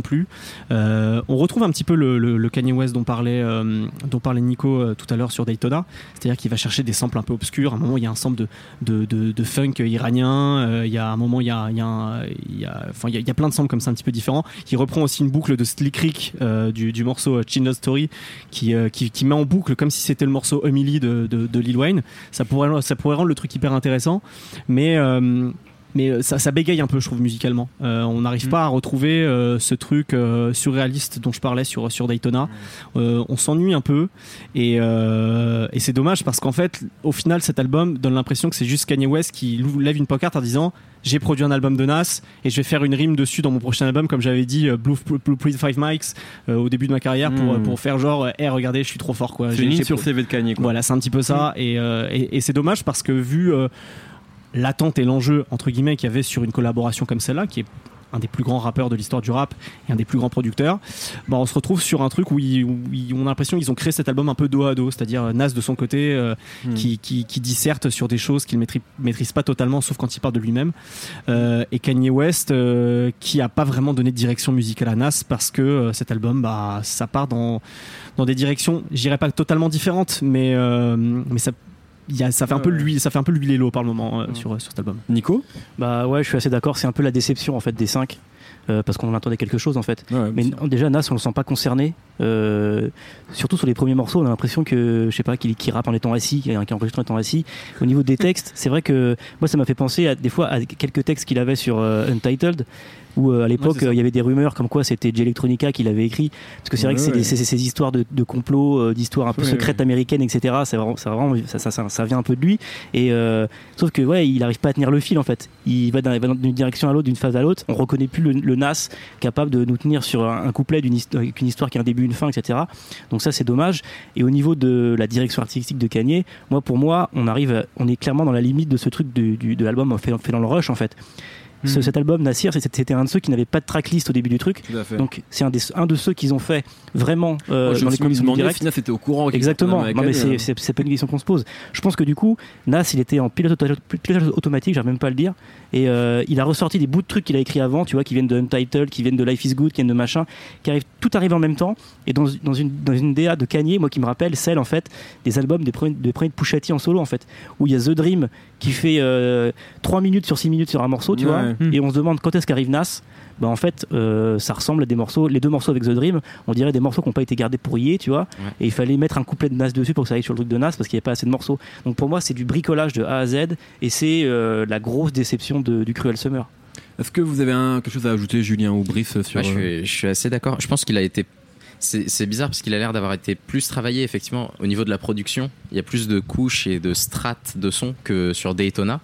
plu. Euh, on retrouve un petit peu le, le, le Kanye West dont parlait, euh, dont parlait Nico euh, tout à l'heure sur Daytona, c'est-à-dire qu'il va chercher des samples un peu obscurs. À un moment, il y a un sample de, de, de, de funk iranien. Euh, il y a un moment, il y a, il y a, un, il y a, enfin, il y a, il y a plein de samples comme ça un petit peu différents. Il reprend aussi une boucle de Slick Rick euh, du, du morceau Chinless Story qui, euh, qui, qui met en boucle comme si c'était le morceau Emily de, de, de Lil Wayne. Ça pourrait, ça pourrait rendre le truc hyper intéressant, mais euh, mais ça, ça bégaye un peu, je trouve, musicalement. Euh, on n'arrive mmh. pas à retrouver euh, ce truc euh, surréaliste dont je parlais sur, sur Daytona. Euh, on s'ennuie un peu et, euh, et c'est dommage parce qu'en fait, au final, cet album donne l'impression que c'est juste Kanye West qui lève une pancarte en disant j'ai produit un album de Nas et je vais faire une rime dessus dans mon prochain album, comme j'avais dit, euh, Blue, Blueprint five Mics euh, au début de ma carrière pour, mmh. pour faire genre, hé, hey, regardez, je suis trop fort, quoi. C'est j'ai, une ligne j'ai sur pro- C V de Kanye, quoi. Voilà, c'est un petit peu ça. Mmh. Et, euh, et, et c'est dommage parce que vu euh, l'attente et l'enjeu entre guillemets qu'il y avait sur une collaboration comme celle-là, qui est un des plus grands rappeurs de l'histoire du rap et un des plus grands producteurs, bah on se retrouve sur un truc où, il, où il, on a l'impression qu'ils ont créé cet album un peu dos à dos, c'est-à-dire Nas de son côté euh, mmh. qui, qui, qui disserte sur des choses qu'il maîtrise, maîtrise pas totalement, sauf quand il parle de lui-même, euh, et Kanye West euh, qui a pas vraiment donné de direction musicale à Nas parce que euh, cet album, bah ça part dans dans des directions, je dirais pas totalement différentes, mais euh, mais ça Il y a, ça fait un peu l'huile, ça fait un peu l'huile et l'eau par le moment euh, mmh. sur sur cet album. Nico ? Bah ouais, je suis assez d'accord. C'est un peu la déception en fait des cinq. Euh, parce qu'on en attendait quelque chose en fait. Ouais, mais n- déjà Nas on le sent pas concerné. Euh, surtout sur les premiers morceaux, on a l'impression que je sais pas qu'il, qu'il rappe en étant assis, qu'il enregistre en étant assis. Au niveau des textes, c'est vrai que moi ça m'a fait penser à, des fois à quelques textes qu'il avait sur euh, Untitled. Où euh, à l'époque il ouais, euh, y avait des rumeurs comme quoi c'était Jay Electronica qui l'avait écrit, parce que c'est ouais, vrai que c'est, ouais. des, c'est, c'est ces histoires de, de complot, euh, d'histoires un peu ouais, secrètes ouais. américaines, et cetera. C'est vraiment, c'est vraiment ça, ça, ça, ça vient un peu de lui. Et euh, sauf que ouais, il arrive pas à tenir le fil en fait. Il va, dans, il va d'une direction à l'autre, d'une phase à l'autre. On reconnaît plus le, le Nas capable de nous tenir sur un, un couplet d'une histoire, avec une histoire qui a un début, une fin, et cetera. Donc ça c'est dommage. Et au niveau de la direction artistique de Kanye, moi pour moi, on arrive, à, on est clairement dans la limite de ce truc de, du, de l'album fait, fait dans le rush en fait. Ce, mmh. Cet album Nasir, c'était un de ceux qui n'avait pas de tracklist au début du truc, donc c'est un, des, un de ceux qu'ils ont fait vraiment euh, oh, dans les conditions directes. Nas était au courant. Exactement. Non mais c'est, c'est, c'est pas une question qu'on se pose. Je pense que du coup Nas il était en pilote, pilotage automatique, j'arrive même pas à le dire, et euh, il a ressorti des bouts de trucs qu'il a écrit avant, tu vois, qui viennent de Untitled, qui viennent de Life Is Good, qui viennent de machin, qui arrivent, tout arrive en même temps, et dans, dans une dans une D A de Kanye, moi qui me rappelle celle en fait des albums des premiers de premiers de Pusha T en solo en fait, où il y a The Dream qui fait euh, trois minutes sur six minutes sur un morceau, tu ouais. vois, mmh. et on se demande quand est-ce qu'arrive Nas. Bah en fait euh, ça ressemble à des morceaux, les deux morceaux avec The Dream on dirait des morceaux qui n'ont pas été gardés pour y est, tu vois, ouais. et il fallait mettre un couplet de Nas dessus pour que ça aille sur le truc de Nas parce qu'il n'y avait pas assez de morceaux. Donc pour moi c'est du bricolage de A à Z et c'est euh, la grosse déception de, du Cruel Summer. Est-ce que vous avez un, quelque chose à ajouter, Julien ou Brice, sur... Ouais, je, suis, je suis assez d'accord. Je pense qu'il a été C'est, c'est bizarre parce qu'il a l'air d'avoir été plus travaillé effectivement au niveau de la production. Il y a plus de couches et de strates de son que sur Daytona.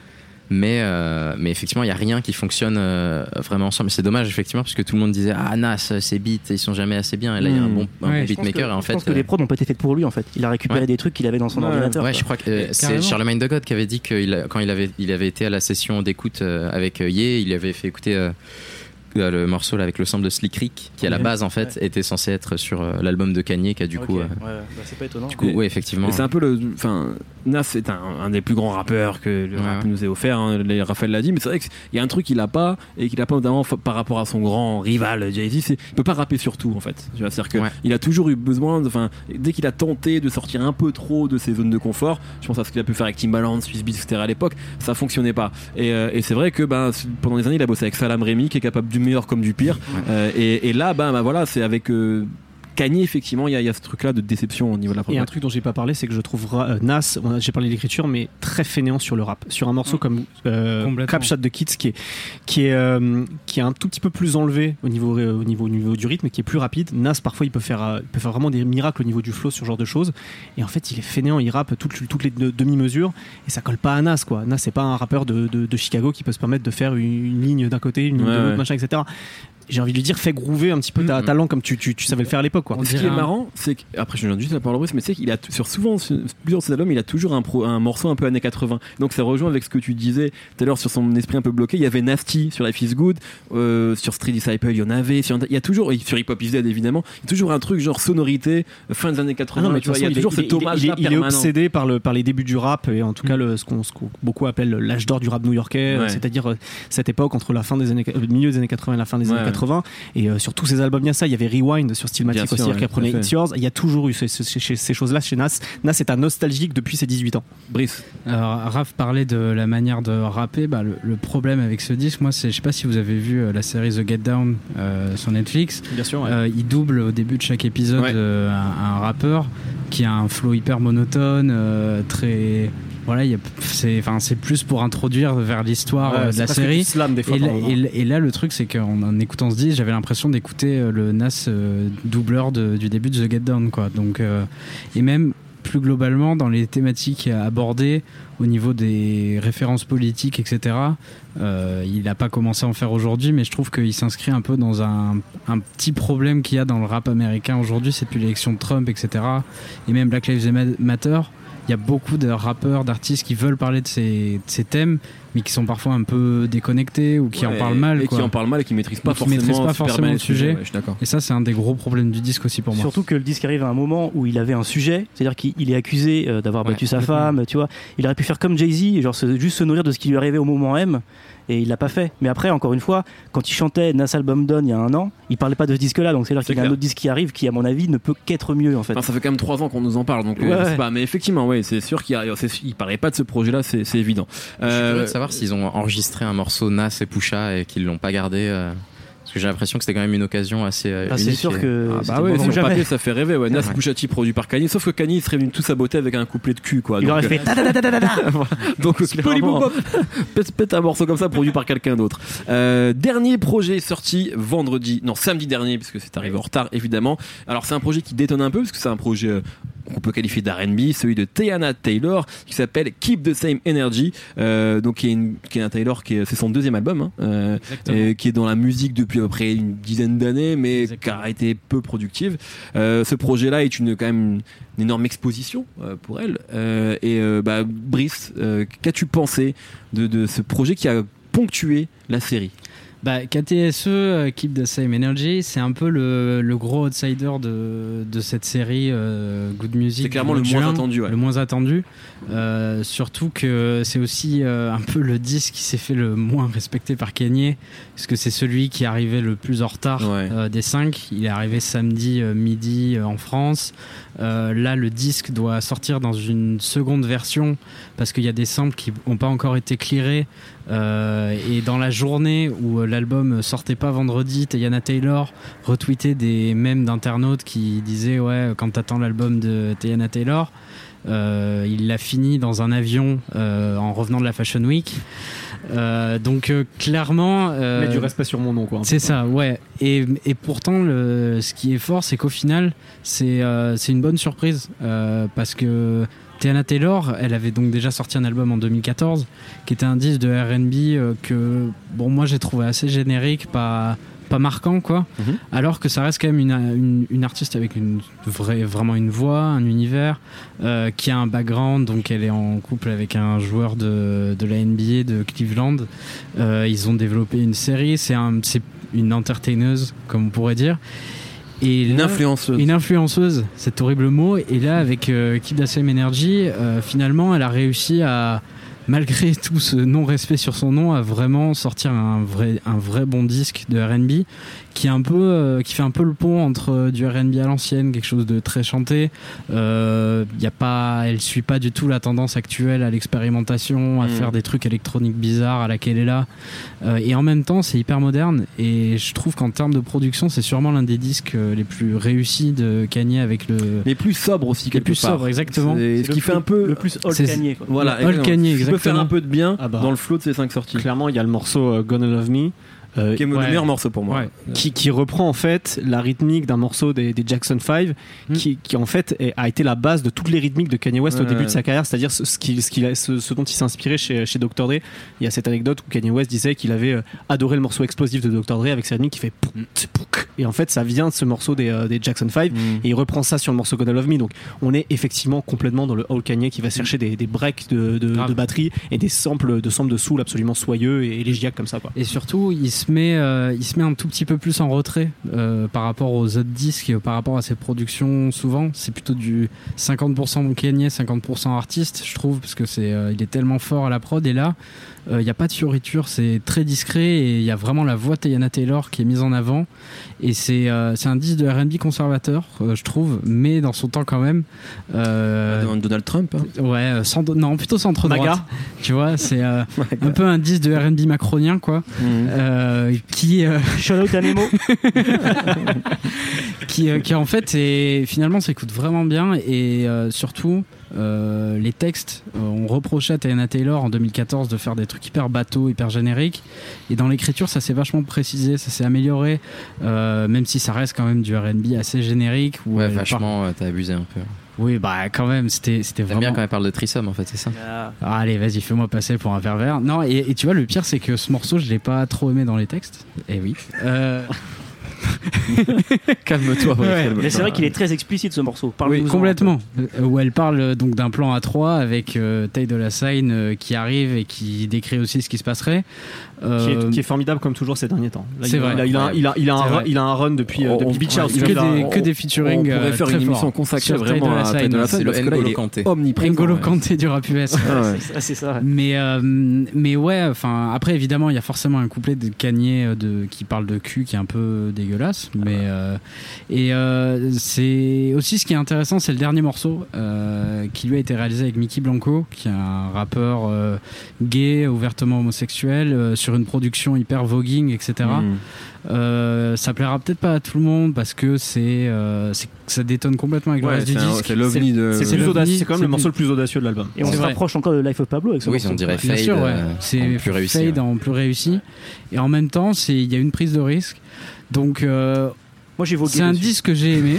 Mais, euh, mais effectivement, il n'y a rien qui fonctionne euh, vraiment ensemble. C'est dommage, effectivement, parce que tout le monde disait ah, Nas, ses beats, ils sont jamais assez bien. Et là, il mmh. y a un bon, un ouais, bon beatmaker. Que, et en je fait, pense que euh... les prods n'ont pas été faits pour lui, en fait. Il a récupéré ouais. des trucs qu'il avait dans son ouais, ordinateur. Ouais, quoi. je crois que euh, c'est Charlemagne the God qui avait dit que quand il avait, il avait été à la session d'écoute euh, avec euh, Ye, il avait fait écouter. Euh, le morceau là avec le sample de Slick Rick qui à la base en fait ouais. était censé être sur euh, l'album de Kanye qui a du okay. coup euh, ouais, bah, c'est pas étonnant du coup ouais. oui effectivement c'est un peu le enfin Nas c'est un, un des plus grands rappeurs que le ouais. rap nous ait offert hein, Raphaël l'a dit, mais c'est vrai qu'il y a un truc qu'il a pas et qu'il a pas notamment par rapport à son grand rival Jay-Z, c'est il peut pas rapper sur tout en fait, c'est-à-dire que ouais. il a toujours eu besoin enfin dès qu'il a tenté de sortir un peu trop de ses zones de confort, je pense à ce qu'il a pu faire avec Timbaland, Swizz Beatz, et cetera à l'époque, ça fonctionnait pas et, euh, et c'est vrai que bah, pendant des années il a bossé avec Salam Remy qui est capable du meilleur comme du pire. Ouais. Euh, et, et là, bah, bah voilà, c'est avec euh, Kanye, effectivement, il y, y a ce truc-là de déception au niveau de la production. Et un truc dont j'ai pas parlé, c'est que je trouve euh, Nas, on a, j'ai parlé de l'écriture, mais très fainéant sur le rap. Sur un morceau mmh. comme euh, Crap Shot de Kids, qui est, qui, est, euh, qui est un tout petit peu plus enlevé au niveau, euh, au, niveau, au niveau du rythme, qui est plus rapide. Nas, parfois, il peut faire, euh, il peut faire vraiment des miracles au niveau du flow, sur ce genre de choses. Et en fait, il est fainéant, il rappe toutes, toutes les de, demi-mesures, et ça colle pas à Nas, quoi. Nas, c'est pas un rappeur de, de, de Chicago qui peut se permettre de faire une, une ligne d'un côté, une ligne ouais, de l'autre, ouais. machin, et cetera. J'ai envie de lui dire, fais groover un petit peu ta, ta langue comme tu, tu, tu savais le faire à l'époque, quoi. Ce qui est marrant, c'est que, après je viens juste à parler Bruce, mais c'est qu'il a sur souvent, sur plusieurs de ses albums, il a toujours un, pro, un morceau un peu années quatre-vingts. Donc ça rejoint avec ce que tu disais tout à l'heure sur son esprit un peu bloqué. Il y avait Nasty sur Life Is Good, euh, sur Street Disciple, il y en avait. Sur, il y a toujours, sur Hip Hop Is Dead évidemment, il y a toujours un truc genre sonorité, fin des années quatre-vingts. Ah non, mais tu vois, il y a toujours cet hommage là permanent. Il est obsédé par, le, par les débuts du rap, et en tout cas le, ce, qu'on, ce qu'on beaucoup appelle l'âge d'or du rap new-yorkais, ouais. c'est-à-dire euh, cette époque entre la fin des années, le milieu des années quatre-vingts et la fin des ouais, années quatre-vingts. quatre-vingts et euh, sur tous ces albums il y a ça. Il y avait Rewind sur Stillmatic aussi sûr, qui ouais, reprenait It's Yours. Il y a toujours eu ces, ces, ces, ces choses là chez Nas. Nas est un nostalgique depuis ses dix-huit ans. Brice. Alors Raph parlait de la manière de rapper. Bah, le, le problème avec ce disque, moi, c'est, je sais pas si vous avez vu euh, la série The Get Down euh, sur Netflix. Bien sûr. Ouais. Euh, il double au début de chaque épisode ouais. euh, un, un rappeur qui a un flow hyper monotone, euh, très voilà, y a, c'est, enfin, c'est plus pour introduire vers l'histoire ouais, euh, de la série. Slam, des fois, et, là, et, et là, le truc, c'est qu'en en écoutant ce disque, j'avais l'impression d'écouter euh, le Nas euh, doubleur de, du début de The Get Down, quoi. Donc, euh, et même plus globalement, dans les thématiques abordées, au niveau des références politiques, et cetera, euh, il n'a pas commencé à en faire aujourd'hui, mais je trouve qu'il s'inscrit un peu dans un, un petit problème qu'il y a dans le rap américain aujourd'hui, c'est depuis l'élection de Trump, et cetera. Et même Black Lives Matter. Il y a beaucoup de rappeurs, d'artistes qui veulent parler de ces, de ces thèmes, mais qui sont parfois un peu déconnectés ou qui ouais, en parlent mal. Et quoi. qui en parlent mal et qui maîtrisent pas qui forcément, maîtrisent pas forcément le sujet. Ouais, je suis d'accord. Et ça, c'est un des gros problèmes du disque aussi pour moi. Surtout que le disque arrive à un moment où il avait un sujet, c'est-à-dire qu'il est accusé d'avoir ouais. battu sa femme, tu vois. Il aurait pu faire comme Jay-Z, genre se, juste se nourrir de ce qui lui arrivait au moment M. Et il l'a pas fait. Mais après, encore une fois, quand il chantait Nas Album Done il y a un an, il parlait pas de ce disque-là. Donc c'est-à-dire c'est qu'il clair. y a un autre disque qui arrive qui, à mon avis, ne peut qu'être mieux en fait. Enfin, ça fait quand même trois ans qu'on nous en parle, donc ouais, euh, ouais. c'est pas. Mais effectivement, ouais, c'est sûr qu'il ne parlait pas de ce projet-là, c'est, c'est évident. Euh, Je suis curieux de savoir s'ils ont enregistré un morceau Nas et Pusha et qu'ils l'ont pas gardé. Euh... Parce que j'ai l'impression que c'était quand même une occasion assez euh, ah, unique. c'est sûr que ah, bah ouais, sur le papier ça fait rêver. Ouais. Nas ouais. Pusha T produit par Kanye, sauf que Kanye serait venu tout saboter avec un couplet de cul, quoi. Il donc, aurait fait donc pète, pète un morceau comme ça produit par quelqu'un d'autre. Euh, dernier projet sorti vendredi, non samedi dernier, parce que c'est arrivé en retard évidemment. Alors c'est un projet qui détonne un peu parce que c'est un projet euh, qu'on peut qualifier d'R and B, celui de Teyana Taylor, qui s'appelle Keep the Same Energy, euh, donc qui est une Teyana Taylor, qui est, c'est son deuxième album, hein, euh, et qui est dans la musique depuis à peu près une dizaine d'années, mais Exactement. qui a été peu productive. Euh, ce projet-là est une quand même une énorme exposition euh, pour elle. Euh, et euh, bah, Brice, euh, qu'as-tu pensé de, de ce projet qui a ponctué la série? Bah, K T S E, Keep the Same Energy, c'est un peu le, le gros outsider de, de cette série euh, Good Music. C'est clairement le moins juin, attendu. Ouais. Le moins attendu. Euh, surtout que c'est aussi euh, un peu le disque qui s'est fait le moins respecté par Kanye, parce que c'est celui qui arrivait le plus en retard ouais. euh, des cinq. Il est arrivé samedi euh, midi euh, en France. Euh, là, le disque doit sortir dans une seconde version parce qu'il y a des samples qui n'ont pas encore été clearés. Euh, et dans la journée où l'album sortait pas vendredi, Teyana Taylor retweetait des mèmes d'internautes qui disaient ouais, quand t'attends l'album de Teyana Taylor, euh, il l'a fini dans un avion euh, en revenant de la Fashion Week. Euh, donc euh, clairement euh, mais du respect sur mon nom quoi. C'est ça, ouais. Et, et pourtant le, ce qui est fort, c'est qu'au final c'est, euh, c'est une bonne surprise euh, parce que Teyana Taylor, elle avait donc déjà sorti un album en deux mille quatorze qui était un disque de R and B euh, que bon moi j'ai trouvé assez générique, pas pas marquant quoi, mm-hmm. alors que ça reste quand même une, une, une artiste avec une vraie, vraiment une voix, un univers, euh, qui a un background, donc elle est en couple avec un joueur de, de la N B A de Cleveland, euh, ils ont développé une série, c'est, un, c'est une entertaineuse comme on pourrait dire. Et une là, influenceuse. Une influenceuse, cet horrible mot. Et là, avec euh, Keep the Same Energy, euh, finalement, elle a réussi à, malgré tout ce non-respect sur son nom, à vraiment sortir un vrai, un vrai bon disque de R and B qui est un peu, euh, qui fait un peu le pont entre euh, du R and B à l'ancienne, quelque chose de très chanté. Euh, y a pas, elle suit pas du tout la tendance actuelle à l'expérimentation, à mmh. faire des trucs électroniques bizarres à laquelle elle est là. Euh, et en même temps, c'est hyper moderne. Et je trouve qu'en termes de production, c'est sûrement l'un des disques euh, les plus réussis de Kanye avec le. Les plus sobres aussi, quelque les plus part. sobres, exactement. C'est, c'est ce qui fait un peu le plus old Kanye. Quoi. Voilà, old Kanye, exactement. Tu peux faire un peu de bien ah bah. dans le flow de ces cinq sorties. Clairement, il y a le morceau uh, Gonna Love Me. Euh, qui est ouais. le meilleur morceau pour moi. Ouais. Qui, qui reprend en fait la rythmique d'un morceau des, des Jackson five, mm. qui, qui en fait est, a été la base de toutes les rythmiques de Kanye West ouais. au début de sa carrière, c'est-à-dire ce, ce, qui, ce, qui, ce, ce dont il s'est inspiré chez, chez docteur Dre. Il y a cette anecdote où Kanye West disait qu'il avait adoré le morceau explosif de docteur Dre avec sa rythmique qui fait mm. et en fait ça vient de ce morceau des, euh, des Jackson five mm. et il reprend ça sur le morceau Gonna Love Me. Donc on est effectivement complètement dans le old Kanye qui va chercher des, des breaks de, de, ah. de batterie et des samples de samples de soul absolument soyeux et élégiaques comme ça quoi. Et surtout il se met euh, il se met un tout petit peu plus en retrait euh, par rapport aux autres disques et par rapport à ses productions. Souvent c'est plutôt du cinquante pour cent Kanye, cinquante pour cent artiste, je trouve, parce que c'est euh, il est tellement fort à la prod. Et là il euh, n'y a pas de fioriture, c'est très discret et il y a vraiment la voix de Teyana Taylor qui est mise en avant. Et c'est, euh, c'est un disque de R and B conservateur, euh, je trouve, mais dans son temps quand même. Euh, ah, Donald Trump hein. Ouais, sans, non, plutôt centre-droite. Tu vois, c'est euh, un peu un disque de R and B macronien, quoi. Mmh. Euh, qui. Euh... Shout-out à Nemo. qui, euh, qui en fait, est, finalement, s'écoute vraiment bien et euh, surtout. Euh, les textes, euh, on reprochait à Teyana Taylor en deux mille quatorze de faire des trucs hyper bateaux, hyper génériques, et dans l'écriture ça s'est vachement précisé, ça s'est amélioré, euh, même si ça reste quand même du R and B assez générique. Où ouais, vachement, par... t'as abusé un peu. Oui, bah quand même, c'était, c'était vraiment. J'aime bien quand elle parle de threesome en fait, c'est ça. Ah, allez, vas-y, fais-moi passer pour un pervers. Non, et, et tu vois, le pire c'est que ce morceau, je l'ai pas trop aimé dans les textes. Et oui. Euh... Calme-toi. Ouais. Calme-toi. Mais c'est vrai qu'il est très explicite ce morceau. Oui, complètement. Euh, où elle parle donc d'un plan à trois avec euh, Tay Dolla Sign euh, qui arrive et qui décrit aussi ce qui se passerait. Euh, qui, est, qui est formidable comme toujours ces derniers temps. Là, c'est il, vrai. Il a, il a, il a, il a, un, run, il a un run depuis, on, depuis Beach House. Que, des, que des featuring. On pourrait faire une émission consacrée vraiment à Tay Dolla Sign. C'est le N'Golo Kanté. N'Golo Kanté du rap U S. C'est ça. Mais euh, mais ouais, enfin après évidemment il y a forcément un couplet de Kanye de qui parle de cul qui est un peu dégueulasse, mais euh, et euh, c'est aussi ce qui est intéressant, c'est le dernier morceau euh, qui lui a été réalisé avec Mickey Blanco, qui est un rappeur euh, gay, ouvertement homosexuel, euh, sur une production hyper voguing, et cetera. Mmh. Euh, ça plaira peut-être pas à tout le monde parce que c'est, euh, c'est ça détonne complètement avec ouais, le reste du un, disque. C'est l'ovni de. C'est, c'est, c'est quand même le morceau le plus audacieux de l'album. Et on se rapproche encore de Life of Pablo avec ce oui, morceau. Oui, on dirait Fade. Bien sûr, ouais. C'est en plus réussi. Fade ouais. en plus réussi. Et en même temps, c'est il y a une prise de risque. Donc euh, moi j'ai vogué. C'est un dessus. disque que j'ai aimé.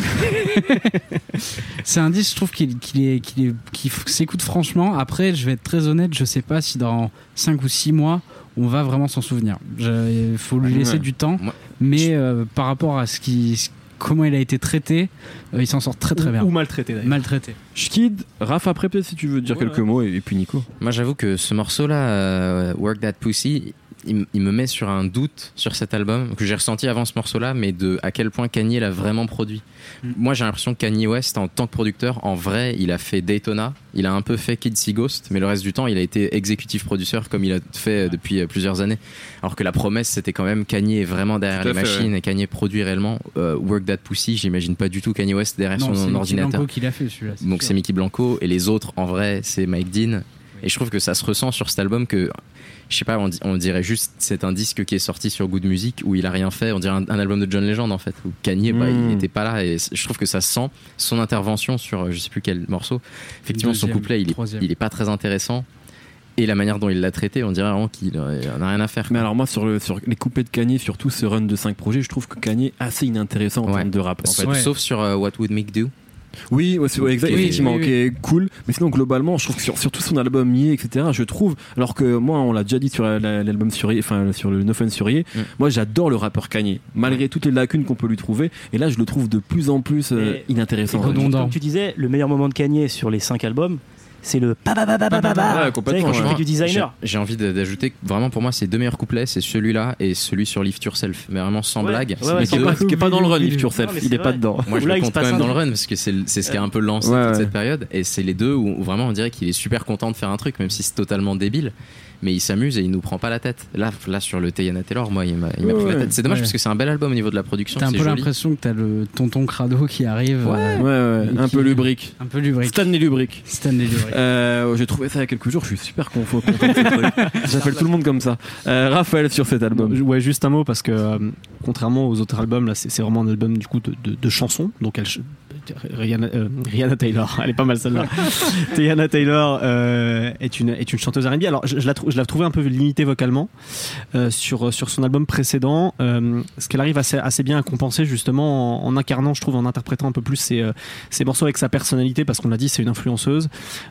C'est un disque, je trouve qu'il, qu'il, est, qu'il, est, qu'il s'écoute franchement. Après, je vais être très honnête, je sais pas si dans cinq ou six mois on va vraiment s'en souvenir. Il faut lui laisser ouais. du temps. Ouais. Mais euh, par rapport à ce qui, comment il a été traité, euh, il s'en sort très très ou, bien. Ou maltraité d'ailleurs. Maltraité. Schkid, Raph après peut-être si tu veux dire ouais, quelques ouais. mots et, et puis Nico. Moi j'avoue que ce morceau-là, euh, Work That Pussy, il, il me met sur un doute sur cet album que j'ai ressenti avant ce morceau-là, mais de à quel point Kanye l'a vraiment produit. Mm. Moi j'ai l'impression que Kanye West en tant que producteur, en vrai il a fait Daytona, il a un peu fait Kid See Ghost, mais le reste du temps il a été executive producer comme il a fait depuis plusieurs années, alors que la promesse c'était quand même Kanye est vraiment derrière les fait, machines ouais. et Kanye produit réellement. euh, Work That Pussy, j'imagine pas du tout Kanye West derrière non, son c'est ordinateur. C'est Mickey Blanco qui l'a fait celui-là. Donc sûr. C'est Mickey Blanco et les autres en vrai c'est Mike Dean. Et je trouve que ça se ressent sur cet album que, je sais pas, on, on dirait juste c'est un disque qui est sorti sur Good Music où il a rien fait. On dirait un, un album de John Legend en fait, où Kanye, mmh. bah, il était pas là. Et je trouve que ça se sent. Son intervention sur je sais plus quel morceau, effectivement, deuxième, son couplet, il est, il est pas très intéressant. Et la manière dont il l'a traité, on dirait vraiment qu'il en a rien à faire. Mais alors moi, sur, le, sur les couplets de Kanye, surtout ce run de cinq projets, je trouve que Kanye est assez inintéressant en ouais. termes de rap. En fait. Ouais. Sauf sur uh, What Would Make Do. Oui, ouais, c'est, ouais, exact, oui, effectivement, oui, oui, oui. Ok, cool. Mais sinon, globalement, je trouve que sur, sur tout son album Ye, et cetera, je trouve, alors que moi, on l'a déjà dit sur la, la, l'album sur Ye, enfin, sur le No Fun sur Ye, mm. moi, j'adore le rappeur Kanye, malgré toutes les lacunes qu'on peut lui trouver. Et là, je le trouve de plus en plus euh, inintéressant. Redondant. Comme tu disais, le meilleur moment de Kanye sur les cinq albums, c'est le pa pa pa pa pa pa pa. Ouais, complètement. Quand ouais. du designer. J'ai, j'ai envie d'ajouter que vraiment pour moi c'est deux meilleurs couplets, c'est celui-là et celui sur Lift Yourself, mais vraiment sans ouais. blague. Ouais, ouais, qui, est pas, qui est pas dans le run Lift Yourself, non, il est vrai. Pas dedans. Moi je le compte quand même dans le run parce que c'est, c'est ce qui a un peu lancé ouais, toute ouais. cette période et c'est les deux où, où vraiment on dirait qu'il est super content de faire un truc même si c'est totalement débile. Mais il s'amuse et il nous prend pas la tête. Là, là sur le Teyana Taylor, moi, il m'a, il m'a ouais, pris la tête. C'est dommage ouais. parce que c'est un bel album au niveau de la production. T'as un c'est peu joli. l'impression que t'as le tonton Crado qui arrive. Ouais, euh, ouais, ouais. Un peu lubrique. Un peu lubrique. Stanley Lubrique. Stanley Lubrique. Euh, j'ai trouvé ça il y a quelques jours. Je suis super confort. J'appelle tout le monde comme ça. Euh, Raphaël sur cet album. Ouais, juste un mot parce que euh, contrairement aux autres albums, là, c'est, c'est vraiment un album du coup de, de, de chansons. Donc elle. Rihanna, euh, Rihanna Taylor, elle est pas mal celle-là. Teyana Taylor euh, est une est une chanteuse R and B. Alors je, je la je la trouvais un peu limitée vocalement euh, sur sur son album précédent. Euh, ce qu'elle arrive assez assez bien à compenser justement en, en incarnant, je trouve, en interprétant un peu plus ses ses morceaux avec sa personnalité parce qu'on l'a dit, c'est une influenceuse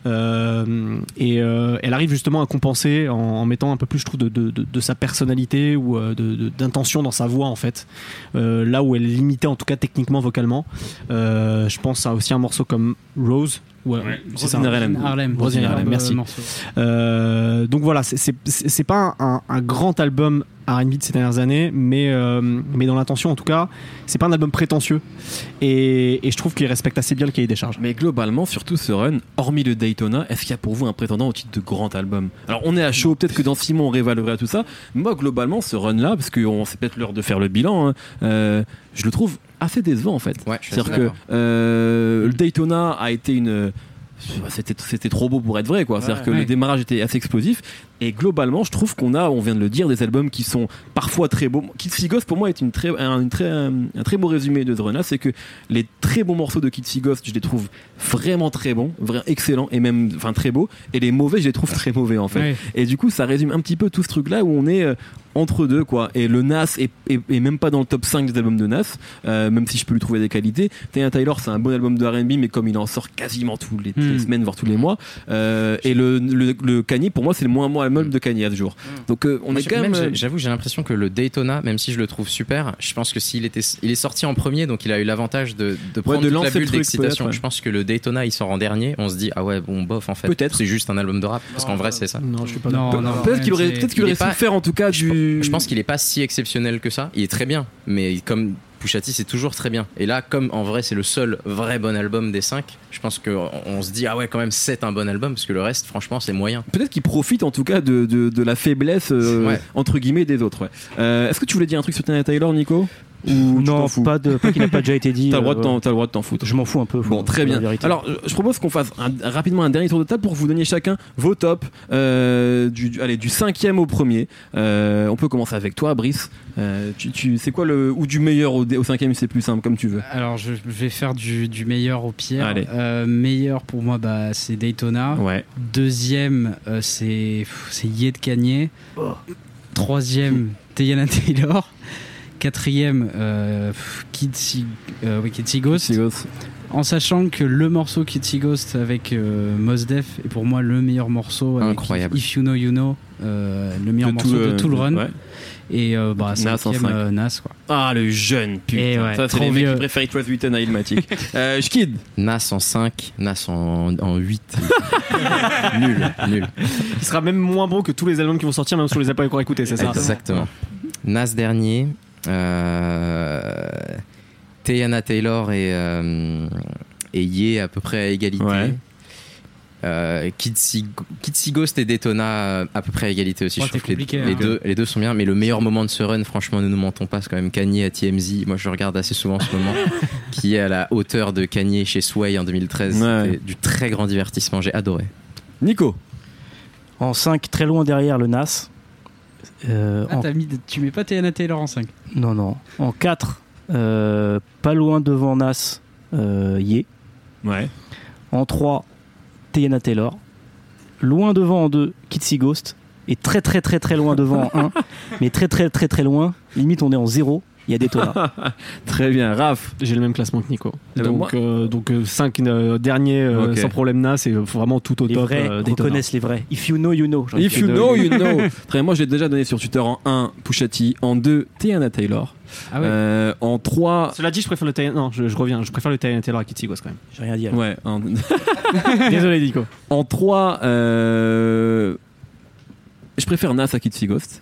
euh, et euh, elle arrive justement à compenser en, en mettant un peu plus, je trouve, de de, de, de sa personnalité ou de, de d'intention dans sa voix en fait. Euh, là où elle est limitée en tout cas techniquement vocalement. Euh, je pense à aussi un morceau comme Rose. Ouais, ouais. C'est ça, Harlem. Harlem. Harlem, merci. Euh, donc voilà, c'est, c'est, c'est pas un, un grand album R and B de ces dernières années, mais, euh, mais dans l'intention en tout cas, c'est pas un album prétentieux. Et, et je trouve qu'il respecte assez bien le cahier des charges. Mais globalement, surtout ce run, hormis le Daytona, est-ce qu'il y a pour vous un prétendant au titre de grand album? Alors on est à chaud, peut-être que dans six mois on réévaluera tout ça. Moi globalement, ce run-là, parce que on, c'est peut-être l'heure de faire le bilan, hein, euh, je le trouve assez décevant en fait. Ouais, je suis C'est-à-dire que d'accord. euh, le Daytona a été une... C'était, c'était trop beau pour être vrai, quoi. C'est-à-dire Ouais, que ouais. le démarrage était assez explosif. Et globalement, je trouve qu'on a, on vient de le dire, des albums qui sont parfois très beaux. Kitsy Ghost, pour moi, est une très, un, une très, un, un très beau résumé de ce run-là. C'est que les très bons morceaux de Kitsy Ghost, je les trouve vraiment très bons, vraiment excellents et même, enfin, très beaux. Et les mauvais, je les trouve très mauvais, en fait. Ouais. Et du coup, ça résume un petit peu tout ce truc-là où on est euh, entre deux, quoi. Et le Nas est, est, est même pas dans le top cinq des albums de Nas, euh, même si je peux lui trouver des qualités. Taya Taylor, c'est un bon album de R and B, mais comme il en sort quasiment tous les, Mm. les semaines, voire tous les mois. Euh, et le, le, le Kanye, pour moi, c'est le moins bon album de Kanye à ce jour. Donc, euh, on Moi, est j'ai- quand même. j'ai- J'avoue, j'ai l'impression que le Daytona, même si je le trouve super, je pense que s'il était, il est sorti en premier, donc il a eu l'avantage de, de prendre de toute la lancer le bulle truc, d'excitation. peut-être, ouais. Je pense que le Daytona, il sort en dernier, on se dit ah ouais bon bof en fait. Peut-être. C'est juste un album de rap, parce qu'en vrai c'est ça. Non, je suis pas Non, d'accord. non, Peut-être qu'il aurait, c'est- peut-être qu'il il aurait est su pas- faire en tout cas du. Je pense qu'il est pas si exceptionnel que ça. Il est très bien, mais comme Pusha T, c'est toujours très bien. Et là, comme en vrai c'est le seul vrai bon album des cinq, je pense qu'on on se dit ah ouais quand même c'est un bon album, parce que le reste franchement c'est moyen. Peut-être qu'il profite en tout cas de, de, de la faiblesse euh, Ouais. entre guillemets des autres. Ouais. Euh, est-ce que tu voulais dire un truc sur Taya Taylor, Nico? Ou tu t'en Non, fous pas, de, pas qu'il n'a pas déjà été dit. T'as le droit de euh, t'en, t'as le droit de t'en foutre. Je m'en fous un peu. faut- Bon, très faut bien. la vérité. Alors, je propose qu'on fasse un- rapidement un dernier tour de table pour que vous donniez chacun vos tops euh, du, du- allez, du cinquième au premier. Euh, on peut commencer avec toi, Brice. Euh, tu, tu, c'est quoi le ou du meilleur au, au cinquième, c'est plus simple comme tu veux. Alors je vais faire du, du meilleur au pire. Allez. Euh, meilleur pour moi, bah, c'est Daytona. Ouais. Deuxième, euh, c'est c'est Ye de Kanye. Troisième, Teyana Taylor. Quatrième, euh, Kitsy euh, oui, Kitsy Ghost. Sigos. En sachant que le morceau Kitsy Ghost avec euh, Mos Def est pour moi le meilleur morceau. Avec Incroyable. If You Know You Know, euh, le meilleur morceau de tout le run. Ouais. Et euh, bah, Nas en cinquième, cinq. euh, Nas quoi. Ah, le jeune putain. Et ouais, ça, c'est trop les mecs vieux. qui préfèrent It Was Written à Illmatic. euh, Schkid. Nas en cinq, Nas en, en huit. nul, nul. Il sera même moins bon que tous les albums qui vont sortir, même si on les a pas encore écoutés, c'est ça? Exactement. Nas dernier. Euh, Teyana Taylor et, euh, et Ye à peu près à égalité. Ouais. Euh, Kitsy, Kitsy Ghost et Daytona euh, à peu près à égalité aussi. Ouais, je trouve c'est que les, compliqué, les hein. deux, les deux sont bien, mais le meilleur moment de ce run, franchement, ne nous mentons pas, c'est quand même Kanye à T M Z. Moi, je regarde assez souvent ce moment, qui est à la hauteur de Kanye chez Sway en deux mille treize. Ouais. C'était du très grand divertissement. J'ai adoré. Nico. En cinq, très loin derrière le Nas. Euh, Ah, en- t'as mis, tu mets pas Teyana Taylor en cinq. Non, non. En quatre, euh, pas loin devant Nas, euh, Ye. Ouais. En trois, Teyana Taylor. Loin devant en deux, Kitsy Ghost. Et très très très très loin devant en un. Mais très très très très loin. Limite, on est en zéro. Il y a Daytona. Très bien, Raph. J'ai le même classement que Nico. Eh ben, moi- Donc, euh, donc cinq derniers euh, Ok. sans problème Nas, et vraiment tout au Les top. vrais euh, Daytona. reconnaissent les vrais. If you know, you know. j'ai envie de If dire. you know, you know. Très bien, moi je l'ai déjà donné sur Twitter en un, Pusha T, en deux, Teyana Taylor, Ah ouais. euh, en trois, Cela dit, je préfère le Tayana. Non, je, je reviens. Je préfère le Tayana Taylor à Kitsy Ghost quand même. J'ai rien dit. ouais, en, Désolé, Nico. en trois, euh, je préfère Nas à Kitsy Ghost,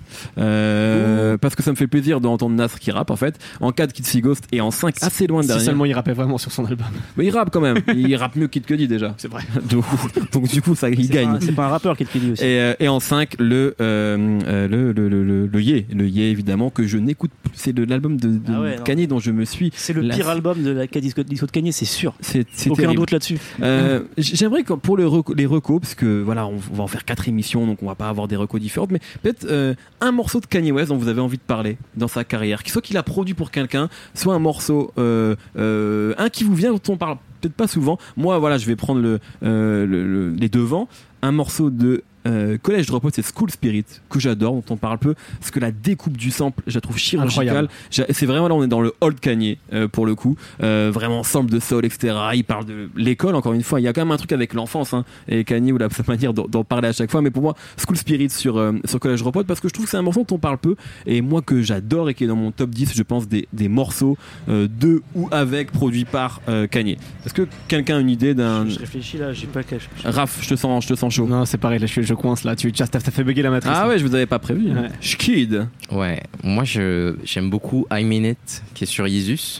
euh, parce que ça me fait plaisir d'entendre Nas qui rappe en fait. En quatre, Kitsy Ghost, et en cinq, assez loin Si derrière. seulement il rappait vraiment sur son album. Mais il rappe quand même, il rappe mieux Kid Cudi déjà. C'est vrai. donc, donc du coup, ça, il C'est gagne. pas un- C'est pas un rappeur qui te dit aussi. Et, euh, et en cinq, le, euh, euh, le, le, le, le, le Ye, le Ye évidemment, que je n'écoute plus. C'est de l'album de, de Ah ouais, non. Kanye dont je me suis. C'est le la- pire album de la disco disco de Kanye, c'est sûr. C'est, c'est Aucun terrible. doute là-dessus. Euh, J'aimerais que pour le reco- les recos, parce que voilà, on, on va en faire quatre émissions, donc on va pas avoir des recos différentes, mais peut-être euh, un morceau de Kanye West dont vous avez envie de parler dans sa carrière, soit qu'il a produit pour quelqu'un, soit un morceau, euh, euh, un qui vous vient dont on parle peut-être pas souvent. Moi, voilà, je vais prendre le, euh, le- le- les devants. Un morceau de euh, College Dropout, c'est School Spirit, que j'adore, dont on parle peu, parce que la découpe du sample, je la trouve chirurgicale. Incroyable. J'ai- C'est vraiment là, on est dans le old Kanye euh, pour le coup, euh, vraiment sample de soul, et cetera. Il parle de l'école, encore une fois. Il y a quand même un truc avec l'enfance, hein, et Kanye ou la sa manière d'en d'en parler à chaque fois. Mais pour moi, School Spirit sur euh, sur College Dropout, parce que je trouve que c'est un morceau dont on parle peu, et moi que j'adore et qui est dans mon top dix, je pense des des morceaux euh, de ou avec produits par euh, Kanye. Est-ce que quelqu'un a une idée d'un Je réfléchis là, j'ai pas caché. Raph, je te sens, je te sens chaud. Non, c'est pareil, là, je, je coince là. Tu as fait bugger la matrice. Ah ouais, je vous avais pas prévu. Ouais. Schkid. Ouais, moi je, j'aime beaucoup I Mean It qui est sur Yeezus.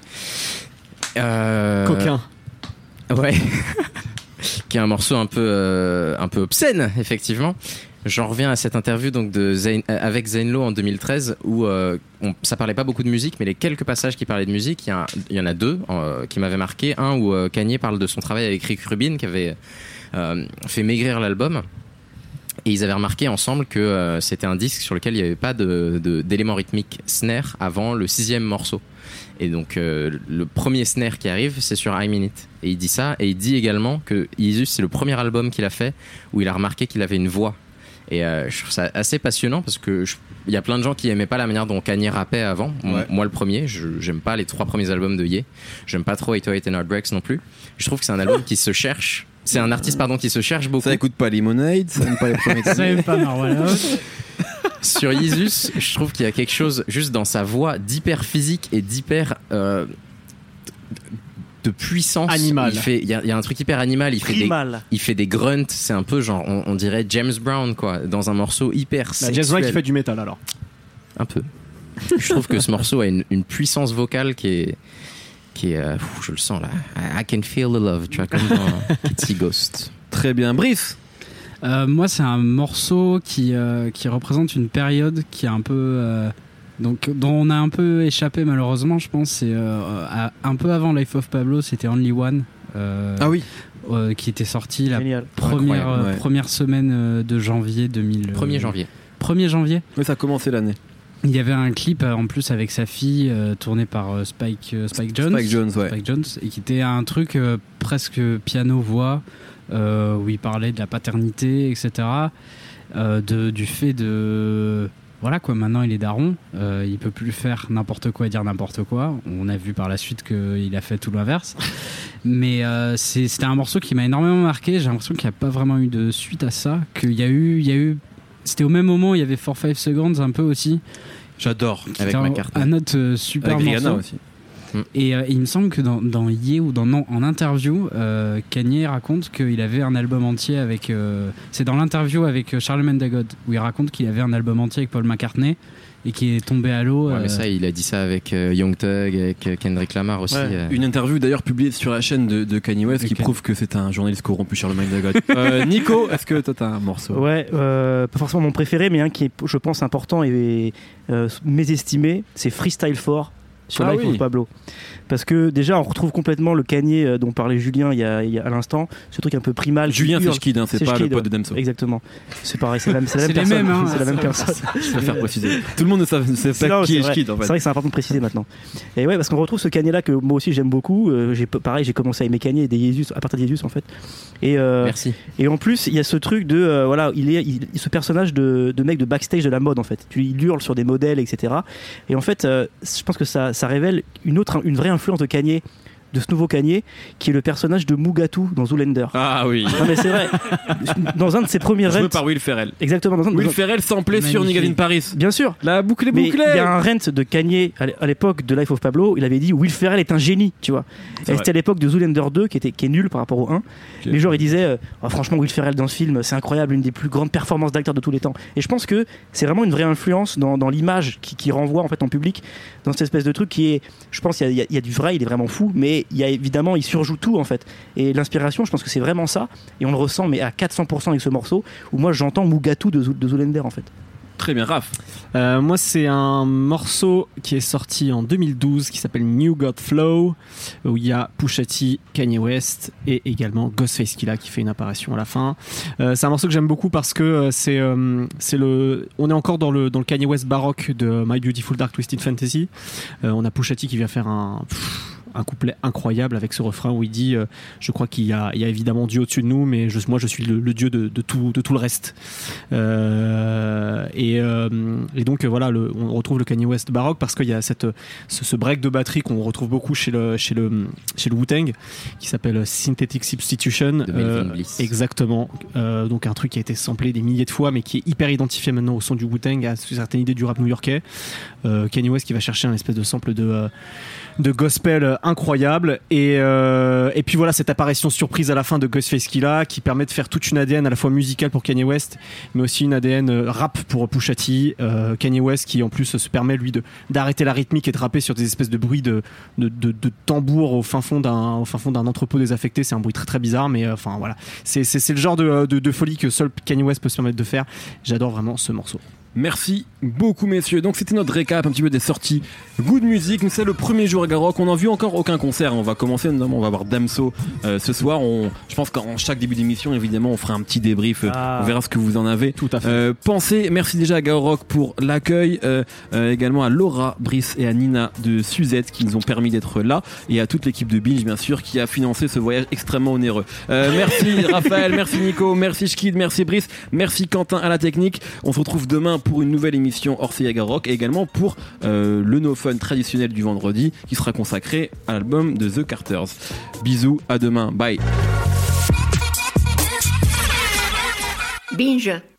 Euh... Coquin. Ouais. Qui est un morceau un peu, euh, un peu obscène, effectivement. J'en reviens à cette interview donc de Zayn, avec Zane Lowe en deux mille treize où euh, on, ça parlait pas beaucoup de musique, mais les quelques passages qui parlaient de musique, il y, a, il y en a deux euh, qui m'avaient marqué. Un où euh, Kanye parle de son travail avec Rick Rubin qui avait euh, fait maigrir l'album. Et ils avaient remarqué ensemble que euh, c'était un disque sur lequel il n'y avait pas de, de, d'éléments rythmiques snare avant le sixième morceau. Et donc euh, le premier snare qui arrive, c'est sur I Mean It. Et il dit ça, et il dit également que Yeezus, c'est le premier album qu'il a fait où il a remarqué qu'il avait une voix. Et euh, je trouve ça assez passionnant parce que il y a plein de gens qui aimaient pas la manière dont Kanye rappait avant. Ouais. Moi, le premier, je, j'aime pas les trois premiers albums de Ye. J'aime pas trop eight oh eight and Heartbreaks non plus. Je trouve que c'est un album qui se cherche. C'est un artiste pardon qui se cherche beaucoup. Ça écoute pas Lemonade, ça n'aime pas les premiers. Ça n'aime pas Marwala. Sur Yeezus, je trouve qu'il y a quelque chose juste dans sa voix d'hyper physique et d'hyper euh, de puissance. Animal. Il fait, il y a, il y a un truc hyper animal. Il fait des, il fait des grunts. C'est un peu genre, on, on dirait James Brown quoi, dans un morceau hyper bah, sexuel. James Brown qui fait du métal alors. Un peu. Je trouve que ce morceau a une, une puissance vocale qui est, qui est, euh, je le sens là. I can feel the love, tu vois, comme dans Kitty Ghost. Très bien, Brice. Euh, moi, c'est un morceau qui euh, qui représente une période qui est un peu euh, donc dont on a un peu échappé malheureusement, je pense. C'est euh, à, un peu avant Life of Pablo, c'était Only One. Euh, ah oui. Euh, qui était sorti la Génial. première euh, ouais. première semaine euh, de janvier deux mille. premier janvier. premier janvier. Oui, ça a commencé l'année. Il y avait un clip euh, en plus avec sa fille euh, tourné par euh, Spike euh, Spike Jonze. Spike Jonze, ouais. Spike Jonze, et qui était un truc euh, presque piano voix. Euh, où il parlait de la paternité, et cetera. Euh, de, du fait de voilà quoi, maintenant il est daron, euh, il peut plus faire n'importe quoi et dire n'importe quoi. On a vu par la suite qu'il a fait tout l'inverse. Mais euh, c'est, c'était un morceau qui m'a énormément marqué. J'ai l'impression qu'il n'y a pas vraiment eu de suite à ça. Qu'il y a eu, il y a eu, c'était au même moment où il y avait four five seconds un peu aussi. J'adore. Avec McCartney. Un autre euh, super avec morceau. Rihanna aussi. Et, euh, et il me semble que dans, dans Ye ou dans non, en interview, euh, Kanye raconte qu'il avait un album entier avec. Euh, c'est dans l'interview avec Charlemagne the God où il raconte qu'il avait un album entier avec Paul McCartney et qui est tombé à l'eau. Ouais, euh... mais ça, il a dit ça avec euh, Young Thug, avec euh, Kendrick Lamar aussi. Ouais. Euh... Une interview d'ailleurs publiée sur la chaîne de, de Kanye West okay. qui prouve que c'est un journaliste corrompu, Charlemagne the God. euh, Nico, est-ce que toi t'as un morceau? Ouais, euh, pas forcément mon préféré, mais un qui est, je pense, important et euh, mésestimé, c'est Freestyle four sur ah Life oui. of Pablo. Parce que déjà, on retrouve complètement le Kanye euh, dont parlait Julien il y, a, il y a à l'instant, ce truc un peu primal. Julien, c'est Schkid, hein, c'est, c'est pas Schkid, le pote de Damso. Exactement. C'est pareil, c'est la même, c'est la c'est même les personne. Mêmes, hein, c'est la même ça, personne. Je préfère préciser. Tout le monde ne sait, ne sait pas qui est Schkid en fait. C'est vrai que c'est important de préciser maintenant. Et ouais, parce qu'on retrouve ce Kanye là que moi aussi j'aime beaucoup. Euh, j'ai, pareil, j'ai commencé à aimer Kanye et des Yeezus, à partir des Yeezus en fait. Et, euh, Merci. Et en plus, il y a ce truc de euh, voilà, il est il, ce personnage de, de mec de backstage de la mode en fait. Il hurle sur des modèles, et cetera. Et en fait, euh, je pense que ça, ça révèle une autre, une vraie influence de Kanye, de ce nouveau Kanye, qui est le personnage de Mugatu dans Zoolander. Ah oui. Non mais c'est vrai. Dans un de ses premiers rents. Joué par Will Ferrell. Exactement. Dans un, Will dans un... Ferrell samplé sur Nigga in Paris. Bien sûr. La boucle est mais bouclée. Il y a un rent de Kanye à l'époque de Life of Pablo. Il avait dit Will Ferrell est un génie, tu vois. C'est et c'était à l'époque de Zoolander deux qui était qui est nul par rapport au un. Okay. Mais genre il disait euh, oh, franchement Will Ferrell dans ce film c'est incroyable, une des plus grandes performances d'acteur de tous les temps. Et je pense que c'est vraiment une vraie influence dans, dans l'image qui, qui renvoie en fait en public dans cette espèce de truc qui est, je pense il y, y, y a du vrai, il est vraiment fou, mais il y a évidemment il surjoue tout en fait. Et l'inspiration, je pense que c'est vraiment ça, et on le ressent mais à quatre cents pour cent avec ce morceau où moi j'entends Mugatu de, de Zoolander en fait. Très bien, Raph. Euh, moi, c'est un morceau qui est sorti en deux mille douze qui s'appelle New God Flow, où il y a Pusha T, Kanye West et également Ghostface Killah qui fait une apparition à la fin. Euh, c'est un morceau que j'aime beaucoup parce que c'est, euh, c'est le, on est encore dans le, dans le Kanye West baroque de My Beautiful Dark Twisted Fantasy. Euh, on a Pusha T qui vient faire un... Pff, un couplet incroyable avec ce refrain où il dit euh, je crois qu'il y a, il y a évidemment Dieu au-dessus de nous mais je, moi je suis le, le Dieu de, de, tout, de tout le reste euh, et, euh, et donc voilà le, on retrouve le Kanye West baroque parce qu'il y a cette, ce, ce break de batterie qu'on retrouve beaucoup chez le, chez le, chez le Wu-Tang qui s'appelle Synthetic Substitution euh, exactement euh, donc un truc qui a été samplé des milliers de fois mais qui est hyper identifié maintenant au son du Wu-Tang à certaines idées du rap new-yorkais. euh, Kanye West qui va chercher un espèce de sample de, euh, de gospel incroyable. Et, euh, et puis voilà, cette apparition surprise à la fin de Ghostface Killah qui permet de faire toute une A D N à la fois musicale pour Kanye West, mais aussi une A D N rap pour Pusha T. Euh, Kanye West qui en plus se permet lui de, d'arrêter la rythmique et de rapper sur des espèces de bruits de, de, de, de tambour au fin fond d'un, au fin fond d'un entrepôt désaffecté. C'est un bruit très très bizarre, mais enfin euh, voilà, c'est, c'est, c'est le genre de, de, de folie que seul Kanye West peut se permettre de faire. J'adore vraiment ce morceau. Merci beaucoup messieurs. Donc c'était notre récap un petit peu des sorties Good Music. Nous c'est le premier jour à Garrock. On n'a vu encore aucun concert. On va commencer notamment, on va voir Damso euh, ce soir. On, je pense qu'en chaque début d'émission évidemment on fera un petit débrief. Ah. On verra ce que vous en avez. Tout à fait. Euh, pensez, merci déjà à Garrock pour l'accueil. Euh, euh, également à Laura, Brice et à Nina de Suzette qui nous ont permis d'être là. Et à toute l'équipe de Binge bien sûr qui a financé ce voyage extrêmement onéreux. Euh, merci Raphaël, merci Nico, merci Schkid, merci Brice, merci Quentin à la technique. On se retrouve demain pour une nouvelle émission Orsay à Garrock et également pour euh, le No Fun traditionnel du vendredi qui sera consacré à l'album de The Carters. Bisous, à demain, bye. Binge.